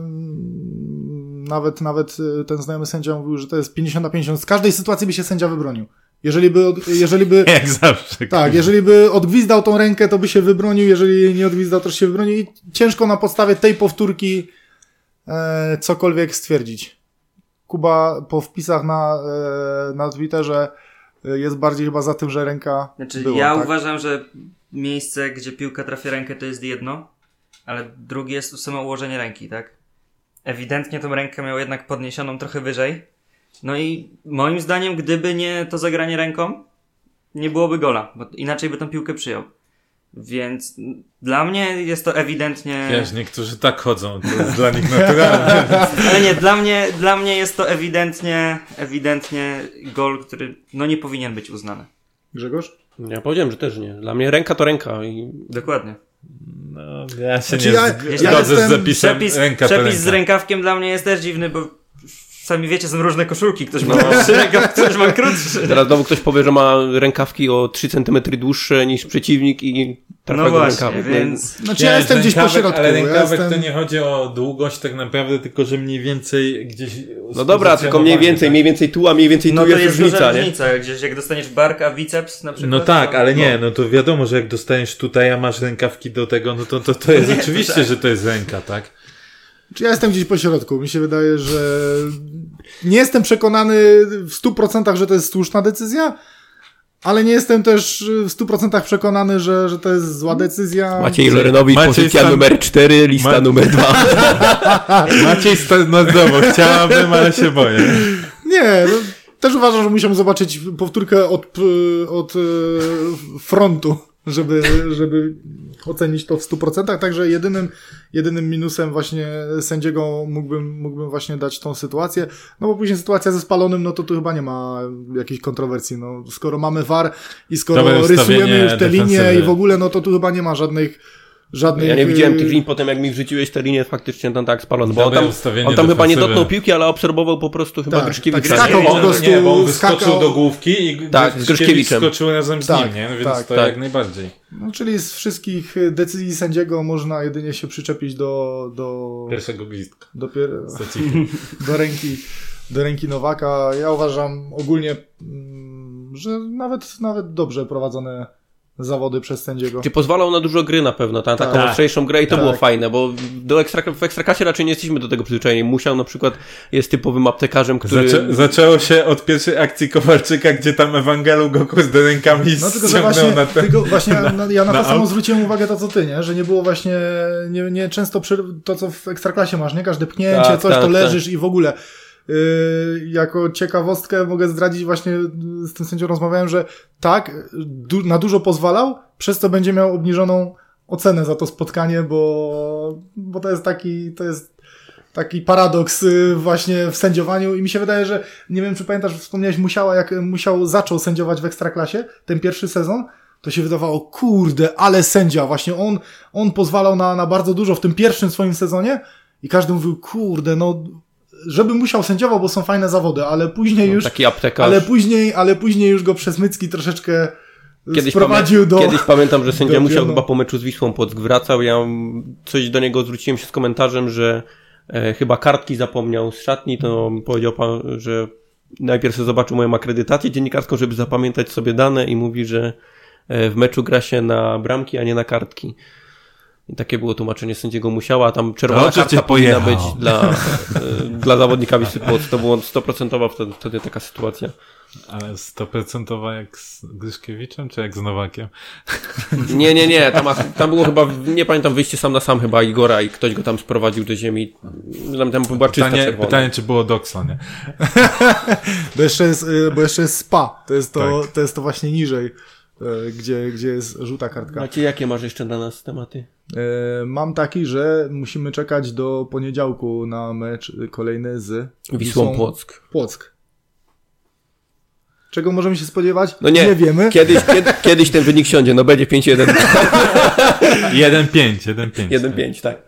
mm, nawet, nawet y, ten znajomy sędzia mówił, że to jest pięćdziesiąt na pięćdziesiąt. Z każdej sytuacji by się sędzia wybronił. Jeżeli by, od- jeżeli by, Jak zawsze. tak, jeżeli by odgwizdał tą rękę, to by się wybronił, jeżeli nie odgwizdał, to się wybronił i ciężko na podstawie tej powtórki e, cokolwiek stwierdzić. Kuba po wpisach na, e, na Twitterze e, jest bardziej chyba za tym, że ręka Znaczy, była, ja tak? uważam, że miejsce, gdzie piłka trafia rękę, to jest jedno, ale drugie jest samo ułożenie ręki, tak? Ewidentnie tą rękę miał jednak podniesioną trochę wyżej. No i moim zdaniem, gdyby nie to zagranie ręką, nie byłoby gola, bo inaczej by tą piłkę przyjął. Więc dla mnie jest to ewidentnie... Wiesz, niektórzy tak chodzą, to jest dla nich naturalne. Ale nie, dla mnie, dla mnie jest to ewidentnie, ewidentnie gol, który no nie powinien być uznany. Grzegorz? Ja powiedziałem, że też nie. Dla mnie ręka to ręka. I... Dokładnie. No, ja się Znaczy nie ja- zg- ja zgodzę jestem- z zapisem Przepis, ręka to przepis z ręka. rękawkiem dla mnie jest też dziwny, bo sami wiecie, są różne koszulki. Ktoś ma dłuższy rękaw, ktoś ma krótszy. Teraz znowu ktoś powie, że ma rękawki o trzy centymetry dłuższe niż przeciwnik i trafia No go właśnie, rękawem. więc... Znaczy ja jestem gdzieś po rękawek, środku. Ale ja rękawek jestem... to nie chodzi o długość tak naprawdę, tylko że mniej więcej gdzieś... No dobra, tylko mniej więcej, tak. mniej więcej tu, a mniej więcej No tu to jest jest różnica, duża nie? różnica. Gdzieś jak dostaniesz bark, a biceps na przykład. No tak, to- ale nie, no to wiadomo, że jak dostajesz tutaj, a masz rękawki do tego, no to to, to jest Nie, to oczywiście, tak. że to jest ręka, tak? Czy ja jestem gdzieś po środku. Mi się wydaje, że nie jestem przekonany w stu procentach, że to jest słuszna decyzja, ale nie jestem też w stu procentach przekonany, że, że to jest zła decyzja. Maciej Lorenowicz, Maciej pozycja Stan- numer cztery, lista Ma- numer dwa. Maciej, sta- no znowu, chciałabym, ale się boję. Nie, no, też uważam, że musiałem zobaczyć powtórkę od, p- od e, frontu, żeby, żeby ocenić to w stu procentach. Także jedynym, jedynym minusem właśnie sędziego mógłbym, mógłbym właśnie dać tą sytuację. No bo później sytuacja ze spalonym, no to tu chyba nie ma jakichś kontrowersji. No, skoro mamy V A R i skoro Dobre rysujemy ustawienie już te linie defensywy. i w ogóle, no to tu chyba nie ma żadnych żadnych... Ja nie widziałem y, tych lin potem, jak mi wrzuciłeś te linie faktycznie tam tak spalone, bo on Dobre tam, ustawienie on tam chyba nie defensywy. dotknął piłki, ale obserwował po prostu chyba Tak, Gryszkiewicza. tak, nie? skakał po Nie, prostu, nie, bo on wyskoczył skakał- do główki i Tak, z Gryszkiewicz Gryszkiewiczem. skoczył razem z Tak, nim, nie? No więc tak, to tak. jak najbardziej. No, czyli z wszystkich decyzji sędziego można jedynie się przyczepić do... do... Pierwszego gwizdka. Dopiero, Staciki. do ręki, do ręki Nowaka. Ja uważam ogólnie, mm, że nawet, nawet dobrze prowadzone zawody przez sędziego. Gdzie pozwalał na dużo gry na pewno, ta, taką Tak. ostrzejszą grę i to Tak. było fajne, bo do ekstra, w Ekstraklasie raczej nie jesteśmy do tego przyzwyczajeni. Musiał na przykład, jest typowym aptekarzem, który... Zaczę, zaczęło się od pierwszej akcji Kowalczyka, gdzie tam Ewangelu go kurde rękami No tylko, że ściągnął właśnie, na ten... tylko właśnie ja, na, ja na, na to samo aut. zwróciłem uwagę to, co ty, nie? Że nie było właśnie, nie, nie często przy, to, co w Ekstraklasie masz, nie? Każde pchnięcie, Tak, coś, tak, to tak. leżysz i w ogóle. Yy, jako ciekawostkę mogę zdradzić, właśnie z tym sędzią rozmawiałem, że tak, du, na dużo pozwalał, przez co będzie miał obniżoną ocenę za to spotkanie, bo, bo to jest taki, to jest taki paradoks y, właśnie w sędziowaniu i mi się wydaje, że nie wiem, czy pamiętasz, wspomniałeś Musiała, jak Musiał zaczął sędziować w Ekstraklasie, ten pierwszy sezon, to się wydawało, kurde, ale sędzia, właśnie on, on pozwalał na, na bardzo dużo w tym pierwszym swoim sezonie i każdy mówił, kurde, no, żeby Musiał sędziował, bo są fajne zawody, ale później No, już, taki aptekarz. ale później, ale później już go Przesmycki troszeczkę Kiedyś, sprowadził pamię- do... Kiedyś pamiętam, że sędzia do Musiał pionu. chyba po meczu z Wisłą Płock wracał. Ja coś do niego zwróciłem się z komentarzem, że e, chyba kartki zapomniał z szatni, to powiedział pan, że najpierw sobie zobaczył moją akredytację dziennikarską, żeby zapamiętać sobie dane i mówi, że e, w meczu gra się na bramki, a nie na kartki. I takie było tłumaczenie sędziego Musiała, a tam czerwona Dobrze kartka cię powinna pojechał. być dla, e, dla zawodnika Wisły Płock. To było sto procent wtedy, wtedy taka sytuacja. Ale sto procent jak z Gryszkiewiczem, czy jak z Nowakiem? Nie, nie, nie, tam, tam było chyba, nie pamiętam, wyjście sam na sam chyba Igora i ktoś go tam sprowadził do ziemi. Tam, tam była czysta Pytanie, czerwona. pytanie, czy było Dokso, nie? Bo jeszcze jest, y, bo jeszcze jest spa. To jest to, Tak. to jest to właśnie niżej, y, gdzie, gdzie jest żółta kartka. Macie, jakie masz jeszcze dla nas tematy? Y, Mam taki, że musimy czekać do poniedziałku na mecz kolejny z Wisłą Płock. Płock. Czego możemy się spodziewać? No nie, nie wiemy. Kiedyś, kiedy, kiedyś ten wynik siądzie, no będzie pięć jeden. jeden pięć, jeden pięć. jeden pięć, tak.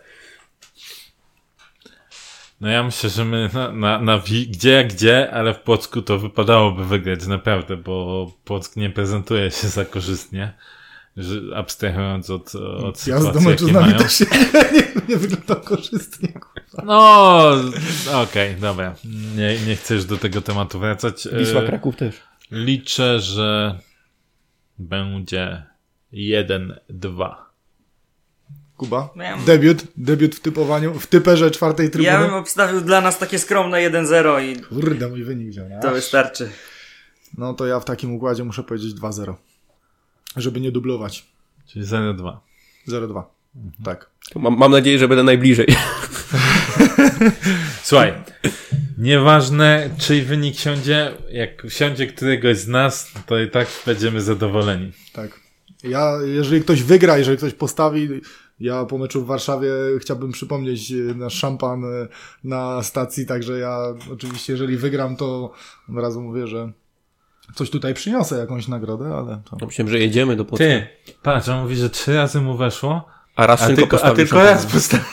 No ja myślę, że my na, na, na wi- gdzie jak gdzie, ale w Płocku to wypadałoby wygrać naprawdę, bo Płock nie prezentuje się za korzystnie, że abstrahując od, od Ja z sytuacji, meczu z jakie nami mają. też się nie, nie wygląda korzystnie. kurwa. No, okej, dobra. Nie, nie chcę już do tego tematu wracać. Wisła E, Kraków też. Liczę, że będzie jeden dwa. Kuba, No ja- debiut, debiut w typowaniu, w typerze czwartej trybuny. Ja bym obstawił dla nas takie skromne jeden zero i Kurde, mój wynik wziął. nie? to wystarczy. No to ja w takim układzie muszę powiedzieć dwa zero. Żeby nie dublować. Czyli zero dwa. zero dwa. Tak. To Mam, mam nadzieję, że będę najbliżej. Słuchaj, nieważne czyj wynik siądzie, jak siądzie któregoś z nas, to i tak będziemy zadowoleni. Tak. Ja, jeżeli ktoś wygra, jeżeli ktoś postawi, ja po meczu w Warszawie chciałbym przypomnieć e, nasz szampan e, na stacji, także ja oczywiście, jeżeli wygram, to od razu mówię, że Coś tutaj przyniosę, jakąś nagrodę, ale to... Ja myślałem, że jedziemy do Płocka. Ty, patrz, on mówi, że trzy razy mu weszło, A raz a tylko, tylko, a postawił tylko raz postawił.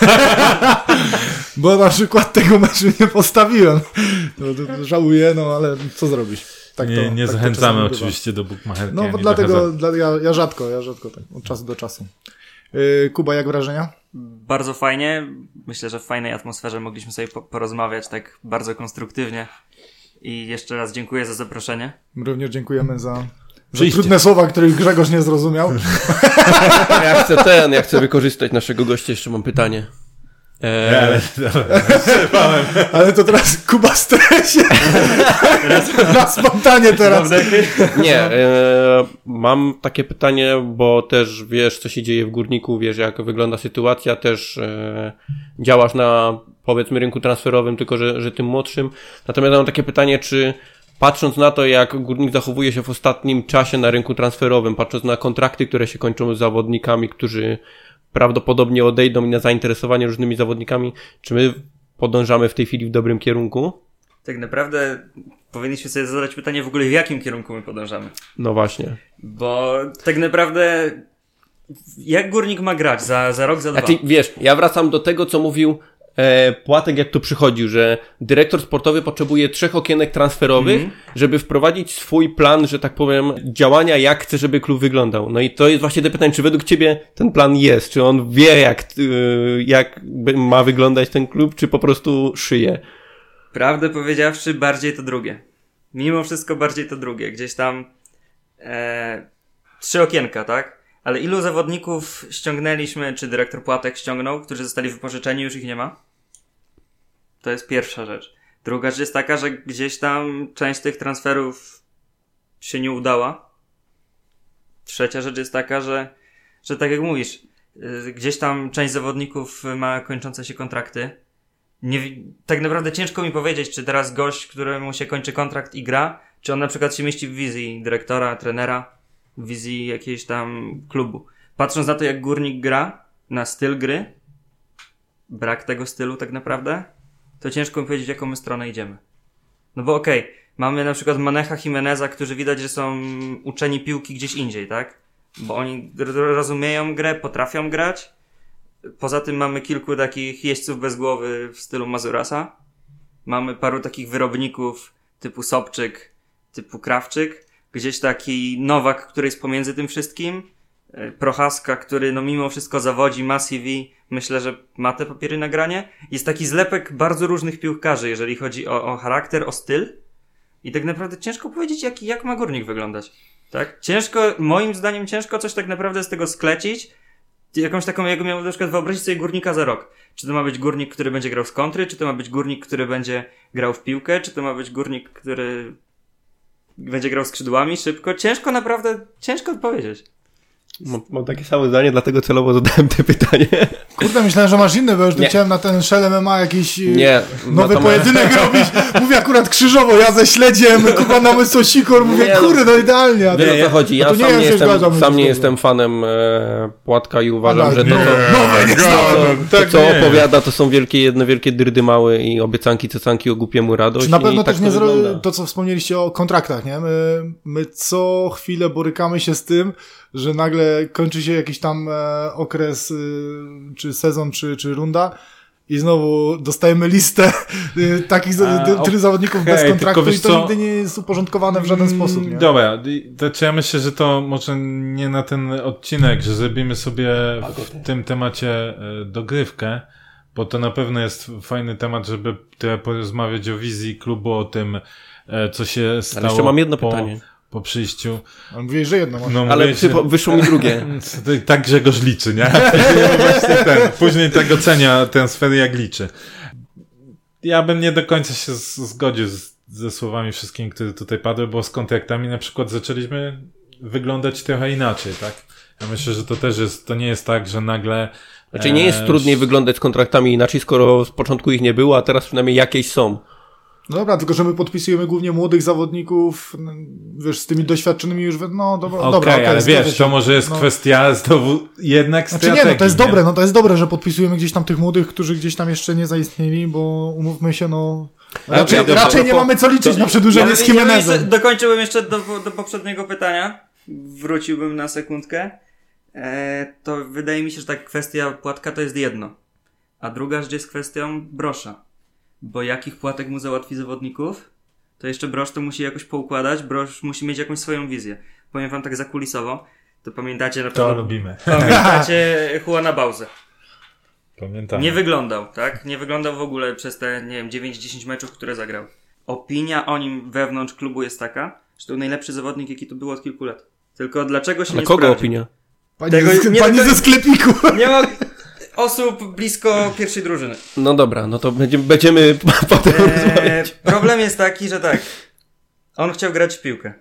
Bo na przykład tego meczu nie postawiłem. No, to, to żałuję, no ale co zrobić? Tak nie to, nie tak zachęcamy to oczywiście do bukmacherki. No bo ani dlatego do dla, ja, ja rzadko, ja rzadko tak, od czasu do czasu. Yy, Kuba, jak wrażenia? Bardzo fajnie. Myślę, że w fajnej atmosferze mogliśmy sobie po- porozmawiać tak bardzo konstruktywnie. I jeszcze raz dziękuję za zaproszenie. My również dziękujemy za, za Przyjście. trudne słowa, których Grzegorz nie zrozumiał. Ja chcę ten, ja chcę wykorzystać naszego gościa, jeszcze mam pytanie. Nie, ale, Eee, Ale to teraz Kuba stresie. Na spontanie teraz. nie, e, mam takie pytanie, bo też wiesz, co się dzieje w Górniku, wiesz, jak wygląda sytuacja, też e, działasz na, powiedzmy, rynku transferowym, tylko że, że tym młodszym. Natomiast mam takie pytanie, czy patrząc na to, jak Górnik zachowuje się w ostatnim czasie na rynku transferowym, patrząc na kontrakty, które się kończą z zawodnikami, którzy prawdopodobnie odejdą i na zainteresowanie różnymi zawodnikami, czy my podążamy w tej chwili w dobrym kierunku? Tak naprawdę powinniśmy sobie zadać pytanie w ogóle, w jakim kierunku my podążamy. No właśnie. Bo tak naprawdę jak Górnik ma grać za, za rok, za dwa? Znaczy, wiesz, ja wracam do tego, co mówił e, Płatek, jak to przychodził, że dyrektor sportowy potrzebuje trzech okienek transferowych, Mhm. żeby wprowadzić swój plan, że tak powiem, działania, jak chce, żeby klub wyglądał. No i to jest właśnie te pytanie, czy według ciebie ten plan jest? Czy on wie, jak, y, jak ma wyglądać ten klub, czy po prostu szyje? Prawdę powiedziawszy, bardziej to drugie. Mimo wszystko bardziej to drugie. Gdzieś tam e, trzy okienka, tak? Ale ilu zawodników ściągnęliśmy, czy dyrektor Płatek ściągnął, którzy zostali wypożyczeni, już ich nie ma? To jest pierwsza rzecz. Druga rzecz jest taka, że gdzieś tam część tych transferów się nie udała. Trzecia rzecz jest taka, że, że tak jak mówisz, yy, gdzieś tam część zawodników ma kończące się kontrakty. Nie, tak naprawdę ciężko mi powiedzieć, czy teraz gość, któremu się kończy kontrakt i gra, czy on na przykład się mieści w wizji dyrektora, trenera, w wizji jakiejś tam klubu. Patrząc na to, jak Górnik gra, na styl gry, brak tego stylu tak naprawdę, to ciężko mi powiedzieć, w jaką my stronę idziemy. No bo okej, okay, mamy na przykład Manecha, Jimeneza, którzy widać, że są uczeni piłki gdzieś indziej, tak? Bo oni r- rozumieją grę, potrafią grać. Poza tym mamy kilku takich jeźdźców bez głowy w stylu Mazurasa. Mamy paru takich wyrobników typu Sobczyk, typu Krawczyk. Gdzieś taki Nowak, który jest pomiędzy tym wszystkim. Prochaska, który no mimo wszystko zawodzi, ma C V. Myślę, że ma te papiery na granie. Jest taki zlepek bardzo różnych piłkarzy, jeżeli chodzi o, o charakter, o styl. I tak naprawdę ciężko powiedzieć, jak, jak ma Górnik wyglądać. Tak? Ciężko, moim zdaniem ciężko coś tak naprawdę z tego sklecić. Jakąś taką, jakbym miał na przykład wyobrazić sobie Górnika za rok. Czy to ma być Górnik, który będzie grał z kontry, czy to ma być Górnik, który będzie grał w piłkę, czy to ma być Górnik, który będzie grał skrzydłami szybko. Ciężko naprawdę, ciężko odpowiedzieć. Mam, mam takie samo zdanie, dlatego celowo zadałem te pytanie. Kurde, myślałem, że masz inne, bo już tu Nie. chciałem na ten Shell M M A jakiś yy, Nie, nowy no to pojedynek robić. Mówię akurat krzyżowo, ja ze śledziem, Kuba na Mysłosikor, mówię, Nie, no. kurde, no idealnie. A Wiesz, to- o co chodzi? a Ja to nie sam ja nie się jestem, zgadzam, sam nie że- jestem fanem e, Płatka i uważam, Ale że to, nie. co, No, to, tak co nie. opowiada, to są wielkie, jedne wielkie dyrdymały i obiecanki, cecanki o głupiemu radość. Czy na pewno i też tak nie to zro... wygląda. to, co wspomnieliście o kontraktach, nie? My, my co chwilę borykamy się z tym, że nagle kończy się jakiś tam e, okres, y, czy sezon, czy, czy runda i znowu dostajemy listę y, takich za- A, dy- tylu zawodników okej, bez kontraktu tylko i wiesz to co? nigdy nie jest uporządkowane w żaden sposób, nie? Dobra, i- to czy ja myślę, że to może nie na ten odcinek, że zrobimy sobie w tym temacie e, dogrywkę, bo to na pewno jest fajny temat, żeby trochę porozmawiać o wizji klubu, o tym, e, co się stało Ale jeszcze mam jedno po, pytanie. po przyjściu. On mówi, że jedno masz. No, Ale mówię, że- przypo- wyszło mi drugie. tak Grzegorz liczy, nie? Właśnie ten. Później tak ocenia transfery, jak liczy. Ja bym nie do końca się z- zgodził z, ze słowami wszystkimi, które tutaj padły, bo z kontraktami na przykład zaczęliśmy wyglądać trochę inaczej, tak? Ja myślę, że to też jest, to nie jest tak, że nagle... Znaczy nie jest e, trudniej wyglądać z kontraktami inaczej, skoro z początku ich nie było, a teraz przynajmniej jakieś są. No dobra, tylko że my podpisujemy głównie młodych zawodników, no, wiesz, z tymi doświadczonymi już, we- no dobra, Okej, dobra, okej, ale zgodzę wiesz, się. to może jest No. kwestia znowu jednak Znaczy strategii. nie, no to jest dobre, no to jest dobre, że podpisujemy gdzieś tam tych młodych, którzy gdzieś tam jeszcze nie zaistnieli, bo umówmy się, no Raczej, okay, dobra, raczej to nie po, mamy co liczyć to, na przedłużenie ja, z ja bym jeszcze, Jimenezem. dokończyłbym jeszcze do, do poprzedniego pytania. Wróciłbym na sekundkę. E, to wydaje mi się, że ta kwestia płatka to jest jedno. A druga rzecz jest kwestią Brosza. Bo jakich płatek mu załatwi zawodników, to jeszcze Brosz to musi jakoś poukładać. Brosz musi mieć jakąś swoją wizję. Powiem wam tak zakulisowo. To pamiętacie na pewno... To lubimy. Pamiętacie Juana Bauzę. Pamiętam. Nie wyglądał, tak? Nie wyglądał w ogóle przez te, nie wiem, dziewięć dziesięć meczów, które zagrał. Opinia o nim wewnątrz klubu jest taka, że to był najlepszy zawodnik, jaki tu był od kilku lat. Tylko dlaczego się Na nie kogo sprawdził? opinia? Pani, Tego ze, nie pani do- ze sklepiku. Nie ma osób blisko pierwszej drużyny. No dobra, no to będziemy, będziemy potem Eee, rozmawiać. problem jest taki, że tak. On chciał grać w piłkę.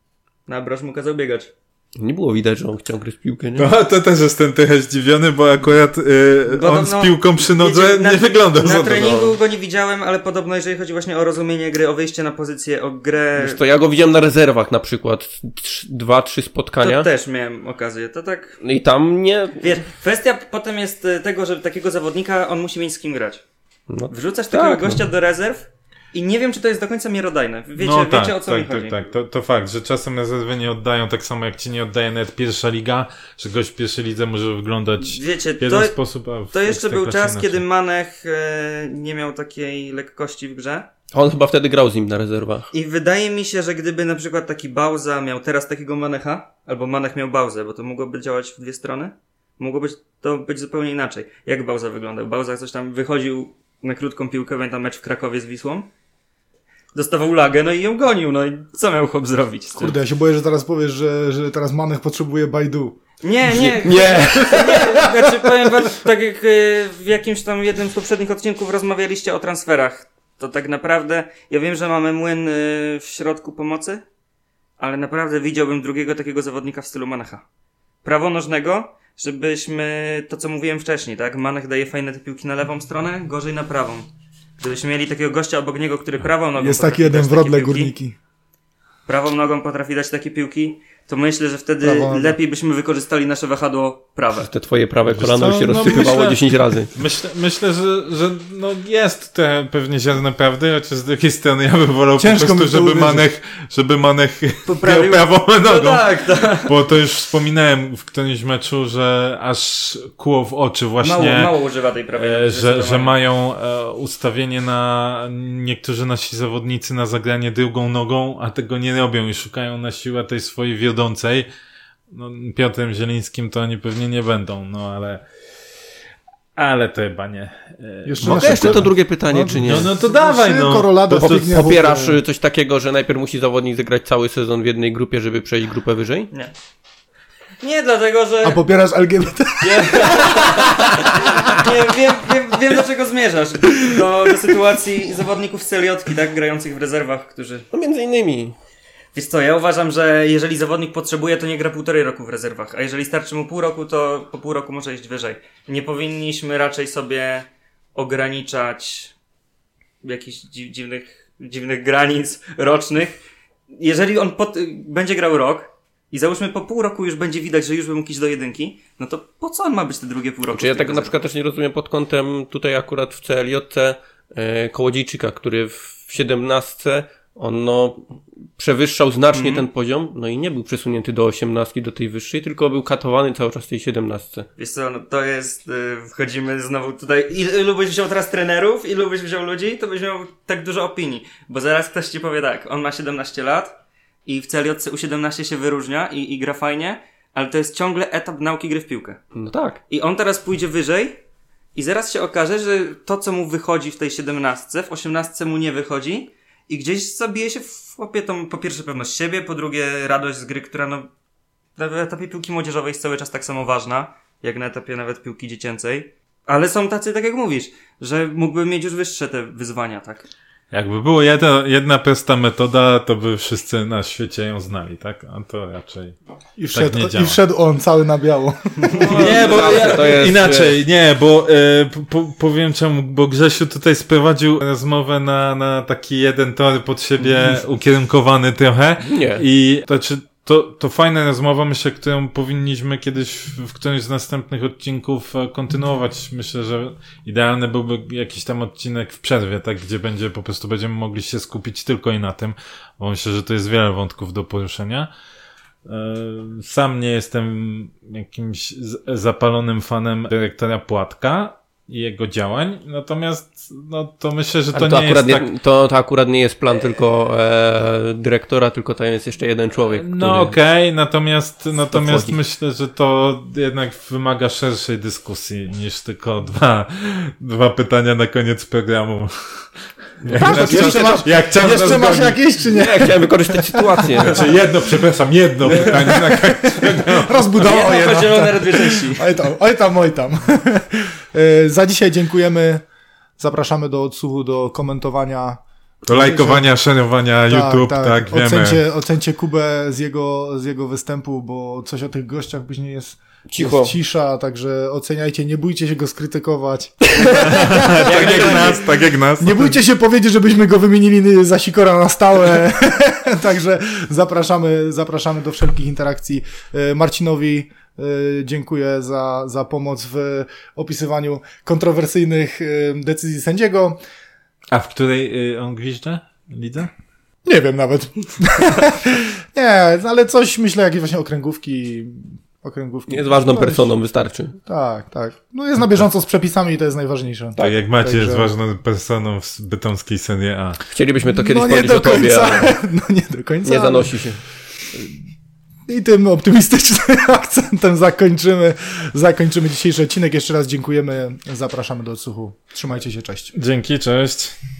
Na Brosz mu kazał biegać. Nie było widać, że on chciał grać w piłkę, nie? No, to też jestem trochę zdziwiony, bo akurat yy, Bo on no, z piłką przy nodze wiecie, na- nie wyglądał Na za treningu dobrze. go nie widziałem, ale podobno jeżeli chodzi właśnie o rozumienie gry, o wyjście na pozycję, o grę... Wiesz to ja go widziałem na rezerwach na przykład. Trz, dwa, trzy spotkania. To też miałem okazję. To tak... No i tam nie... Wiesz, kwestia potem jest e, tego, że takiego zawodnika on musi mieć z kim grać. No, Wrzucasz tak, takiego no. gościa do rezerw i nie wiem, czy to jest do końca miarodajne. Wiecie, no wiecie tak, o co tak, mi chodzi. tak, tak. To, to fakt, że czasem rezerwy nie oddają tak samo jak ci nie oddaje nawet pierwsza liga, że gość w pierwszej lidze może wyglądać Wiecie, w jeden to, sposób, a w to jeszcze był Ekstraklasie czas, inaczej. kiedy Manech e, nie miał takiej lekkości w grze. On chyba wtedy grał z nim na rezerwach. I wydaje mi się, że gdyby na przykład taki Bauza miał teraz takiego Manecha, albo Manech miał Bauzę, bo to mogłoby działać w dwie strony, mogło być to być zupełnie inaczej. Jak Bauza wyglądał? Bauza coś tam wychodził na krótką piłkę, pamiętam mecz w Krakowie z Wisłą. Dostawał lagę, no i ją gonił, no i co miał chłop zrobić z tym? Kurde, ja się boję, że teraz powiesz, że, że teraz Manech potrzebuje Baidu. Nie, nie, nie. Nie! Znaczy powiem wam, tak jak y, w jakimś tam jednym z poprzednich odcinków rozmawialiście o transferach, to tak naprawdę, ja wiem, że mamy młyn y, w środku pomocy, ale naprawdę widziałbym drugiego takiego zawodnika w stylu Manecha. Prawonożnego, żebyśmy, to co mówiłem wcześniej, tak? Manech daje fajne te piłki na lewą stronę, gorzej na prawą. Gdybyśmy mieli takiego gościa obok niego, który prawą nogą Jest potrafi taki jeden dać w Rodle takie piłki, Górniki. prawą nogą potrafi dać takie piłki, to myślę, że wtedy Prawą nogą. lepiej byśmy wykorzystali nasze wahadło prawe. Te twoje prawe Wiesz kolano co, się no rozsypywało myślę- dziesięć razy. Myślę, myślę że, że no jest te pewnie ziarno prawdy, chociaż z drugiej strony ja bym wolał Ciężko po mi prostu, w to żeby uwierzyć. Manech, żeby Manech Poprawił- miał prawą No nogą. tak, tak. Bo to już wspominałem w którymś meczu, że aż kło w oczy właśnie, Mało, mało używa tej prawej nogi, e, że, że zdecydowanie. mają e, ustawienie na niektórzy nasi zawodnicy na zagranie drugą nogą, a tego nie robią i szukają na siłę tej swojej wiodącej. No, Piotrem Zielińskim to oni pewnie nie będą, no ale ale to chyba nie. E, Jeszcze Mogę nasze- jeszcze to drugie pytanie, No, czy nie? No, no to dawaj, no. Korolada Po, Zbigniew popierasz Wójt. y, coś takiego, że najpierw musi zawodnik zagrać cały sezon w jednej grupie, żeby przejść grupę wyżej? Nie. Nie, dlatego, że... A popierasz L G B T? Nie, wiem, wiem, wiem do czego zmierzasz. Do, do sytuacji zawodników z Celiotki, tak, grających w rezerwach, którzy... No między innymi. Wiesz co, ja uważam, że jeżeli zawodnik potrzebuje, to nie gra półtorej roku w rezerwach, a jeżeli starczy mu pół roku, to po pół roku może iść wyżej. Nie powinniśmy raczej sobie ograniczać jakichś dzi- dziwnych, dziwnych granic rocznych. Jeżeli on pod, będzie grał rok i załóżmy po pół roku już będzie widać, że już by mógł iść do jedynki, no to po co on ma być te drugie pół roku? Czy ja w tej tego na rezerwie? przykład też nie rozumiem pod kątem tutaj akurat w C L J C e, Kołodziejczyka, który w siedemnastce on no przewyższał znacznie Mhm. ten poziom, no i nie był przesunięty do osiemnastki, do tej wyższej, tylko był katowany cały czas w tej siedemnastce. Wiesz co, no to jest, yy, wchodzimy znowu tutaj, Il- ilu byś wziął teraz trenerów, ilu byś wziął ludzi, to byś miał tak dużo opinii, bo zaraz ktoś ci powie tak, on ma siedemnaście lat i w C L J C U siedemnaście się wyróżnia i, i gra fajnie, ale to jest ciągle etap nauki gry w piłkę. No tak. I on teraz pójdzie wyżej i zaraz się okaże, że to co mu wychodzi w tej siedemnastce, w osiemnastce mu nie wychodzi i gdzieś zabije się w chłopie tą, po pierwsze pewność siebie, po drugie radość z gry, która no na etapie piłki młodzieżowej jest cały czas tak samo ważna, jak na etapie nawet piłki dziecięcej. Ale są tacy, tak jak mówisz, że mógłby mieć już wyższe te wyzwania, tak? Jakby było jedna, jedna prosta metoda, to by wszyscy na świecie ją znali, tak? A to raczej I wszedł, nie działa. I wszedł on cały na biało. Nie, bo ja, to jest, inaczej, nie, bo e, po, powiem czemu, bo Grzesiu tutaj sprowadził rozmowę na, na taki jeden tor pod siebie ukierunkowany trochę. Nie. I to czy To, to fajna rozmowa, myślę, którą powinniśmy kiedyś w, w którymś z następnych odcinków kontynuować. Myślę, że idealny byłby jakiś tam odcinek w przerwie, tak, gdzie będzie, po prostu będziemy mogli się skupić tylko i na tym, bo myślę, że to jest wiele wątków do poruszenia. Sam nie jestem jakimś zapalonym fanem dyrektora Płatka i jego działań, natomiast no to myślę, że to, to nie akurat jest nie, tak... to, to akurat nie jest plan tylko e, dyrektora, tylko tam jest jeszcze jeden człowiek, który... No okej, okay, natomiast, natomiast wchodzi. myślę, że to jednak wymaga szerszej dyskusji niż tylko dwa, dwa pytania na koniec programu. Jak Tak, czas, jeszcze masz, jak czas jeszcze masz jakieś, czy nie? Nie, chciałem wykorzystać sytuację. Znaczy jedno, przepraszam, jedno pytanie na koniec. Rozbudowało je. Podzielone na dwie części. Oj tam, oj tam, oj tam. Za dzisiaj dziękujemy. Zapraszamy do odsłuchu, do komentowania. Do lajkowania, szerowania YouTube, tak, tak wiemy. Ocencie, ocencie Kubę z jego, z jego występu, bo coś o tych gościach później jest, Cicho. jest cisza, także oceniajcie, nie bójcie się go skrytykować. Tak jak nas, tak jak nas. Nie bójcie się powiedzieć, żebyśmy go wymienili za sikora na stałe. Także zapraszamy, zapraszamy do wszelkich interakcji. Marcinowi dziękuję za, za pomoc w opisywaniu kontrowersyjnych decyzji sędziego. A w której y, on gwizdże? Lidze? Nie wiem nawet. Nie, ale coś myślę, jakieś właśnie okręgówki. okręgówki. Nie jest ważną Coś. personą, wystarczy. Tak, tak. No jest na bieżąco z przepisami i to jest najważniejsze. Tak, jak Maciej Także... jest ważną personą w bytomskiej Serie A. Chcielibyśmy to kiedyś no nie powiedzieć do o tobie, końca. ale No nie do końca. nie zanosi się. I tym optymistycznym akcentem zakończymy, zakończymy dzisiejszy odcinek. Jeszcze raz dziękujemy. Zapraszamy do odsłuchu. Trzymajcie się, cześć. Dzięki, cześć.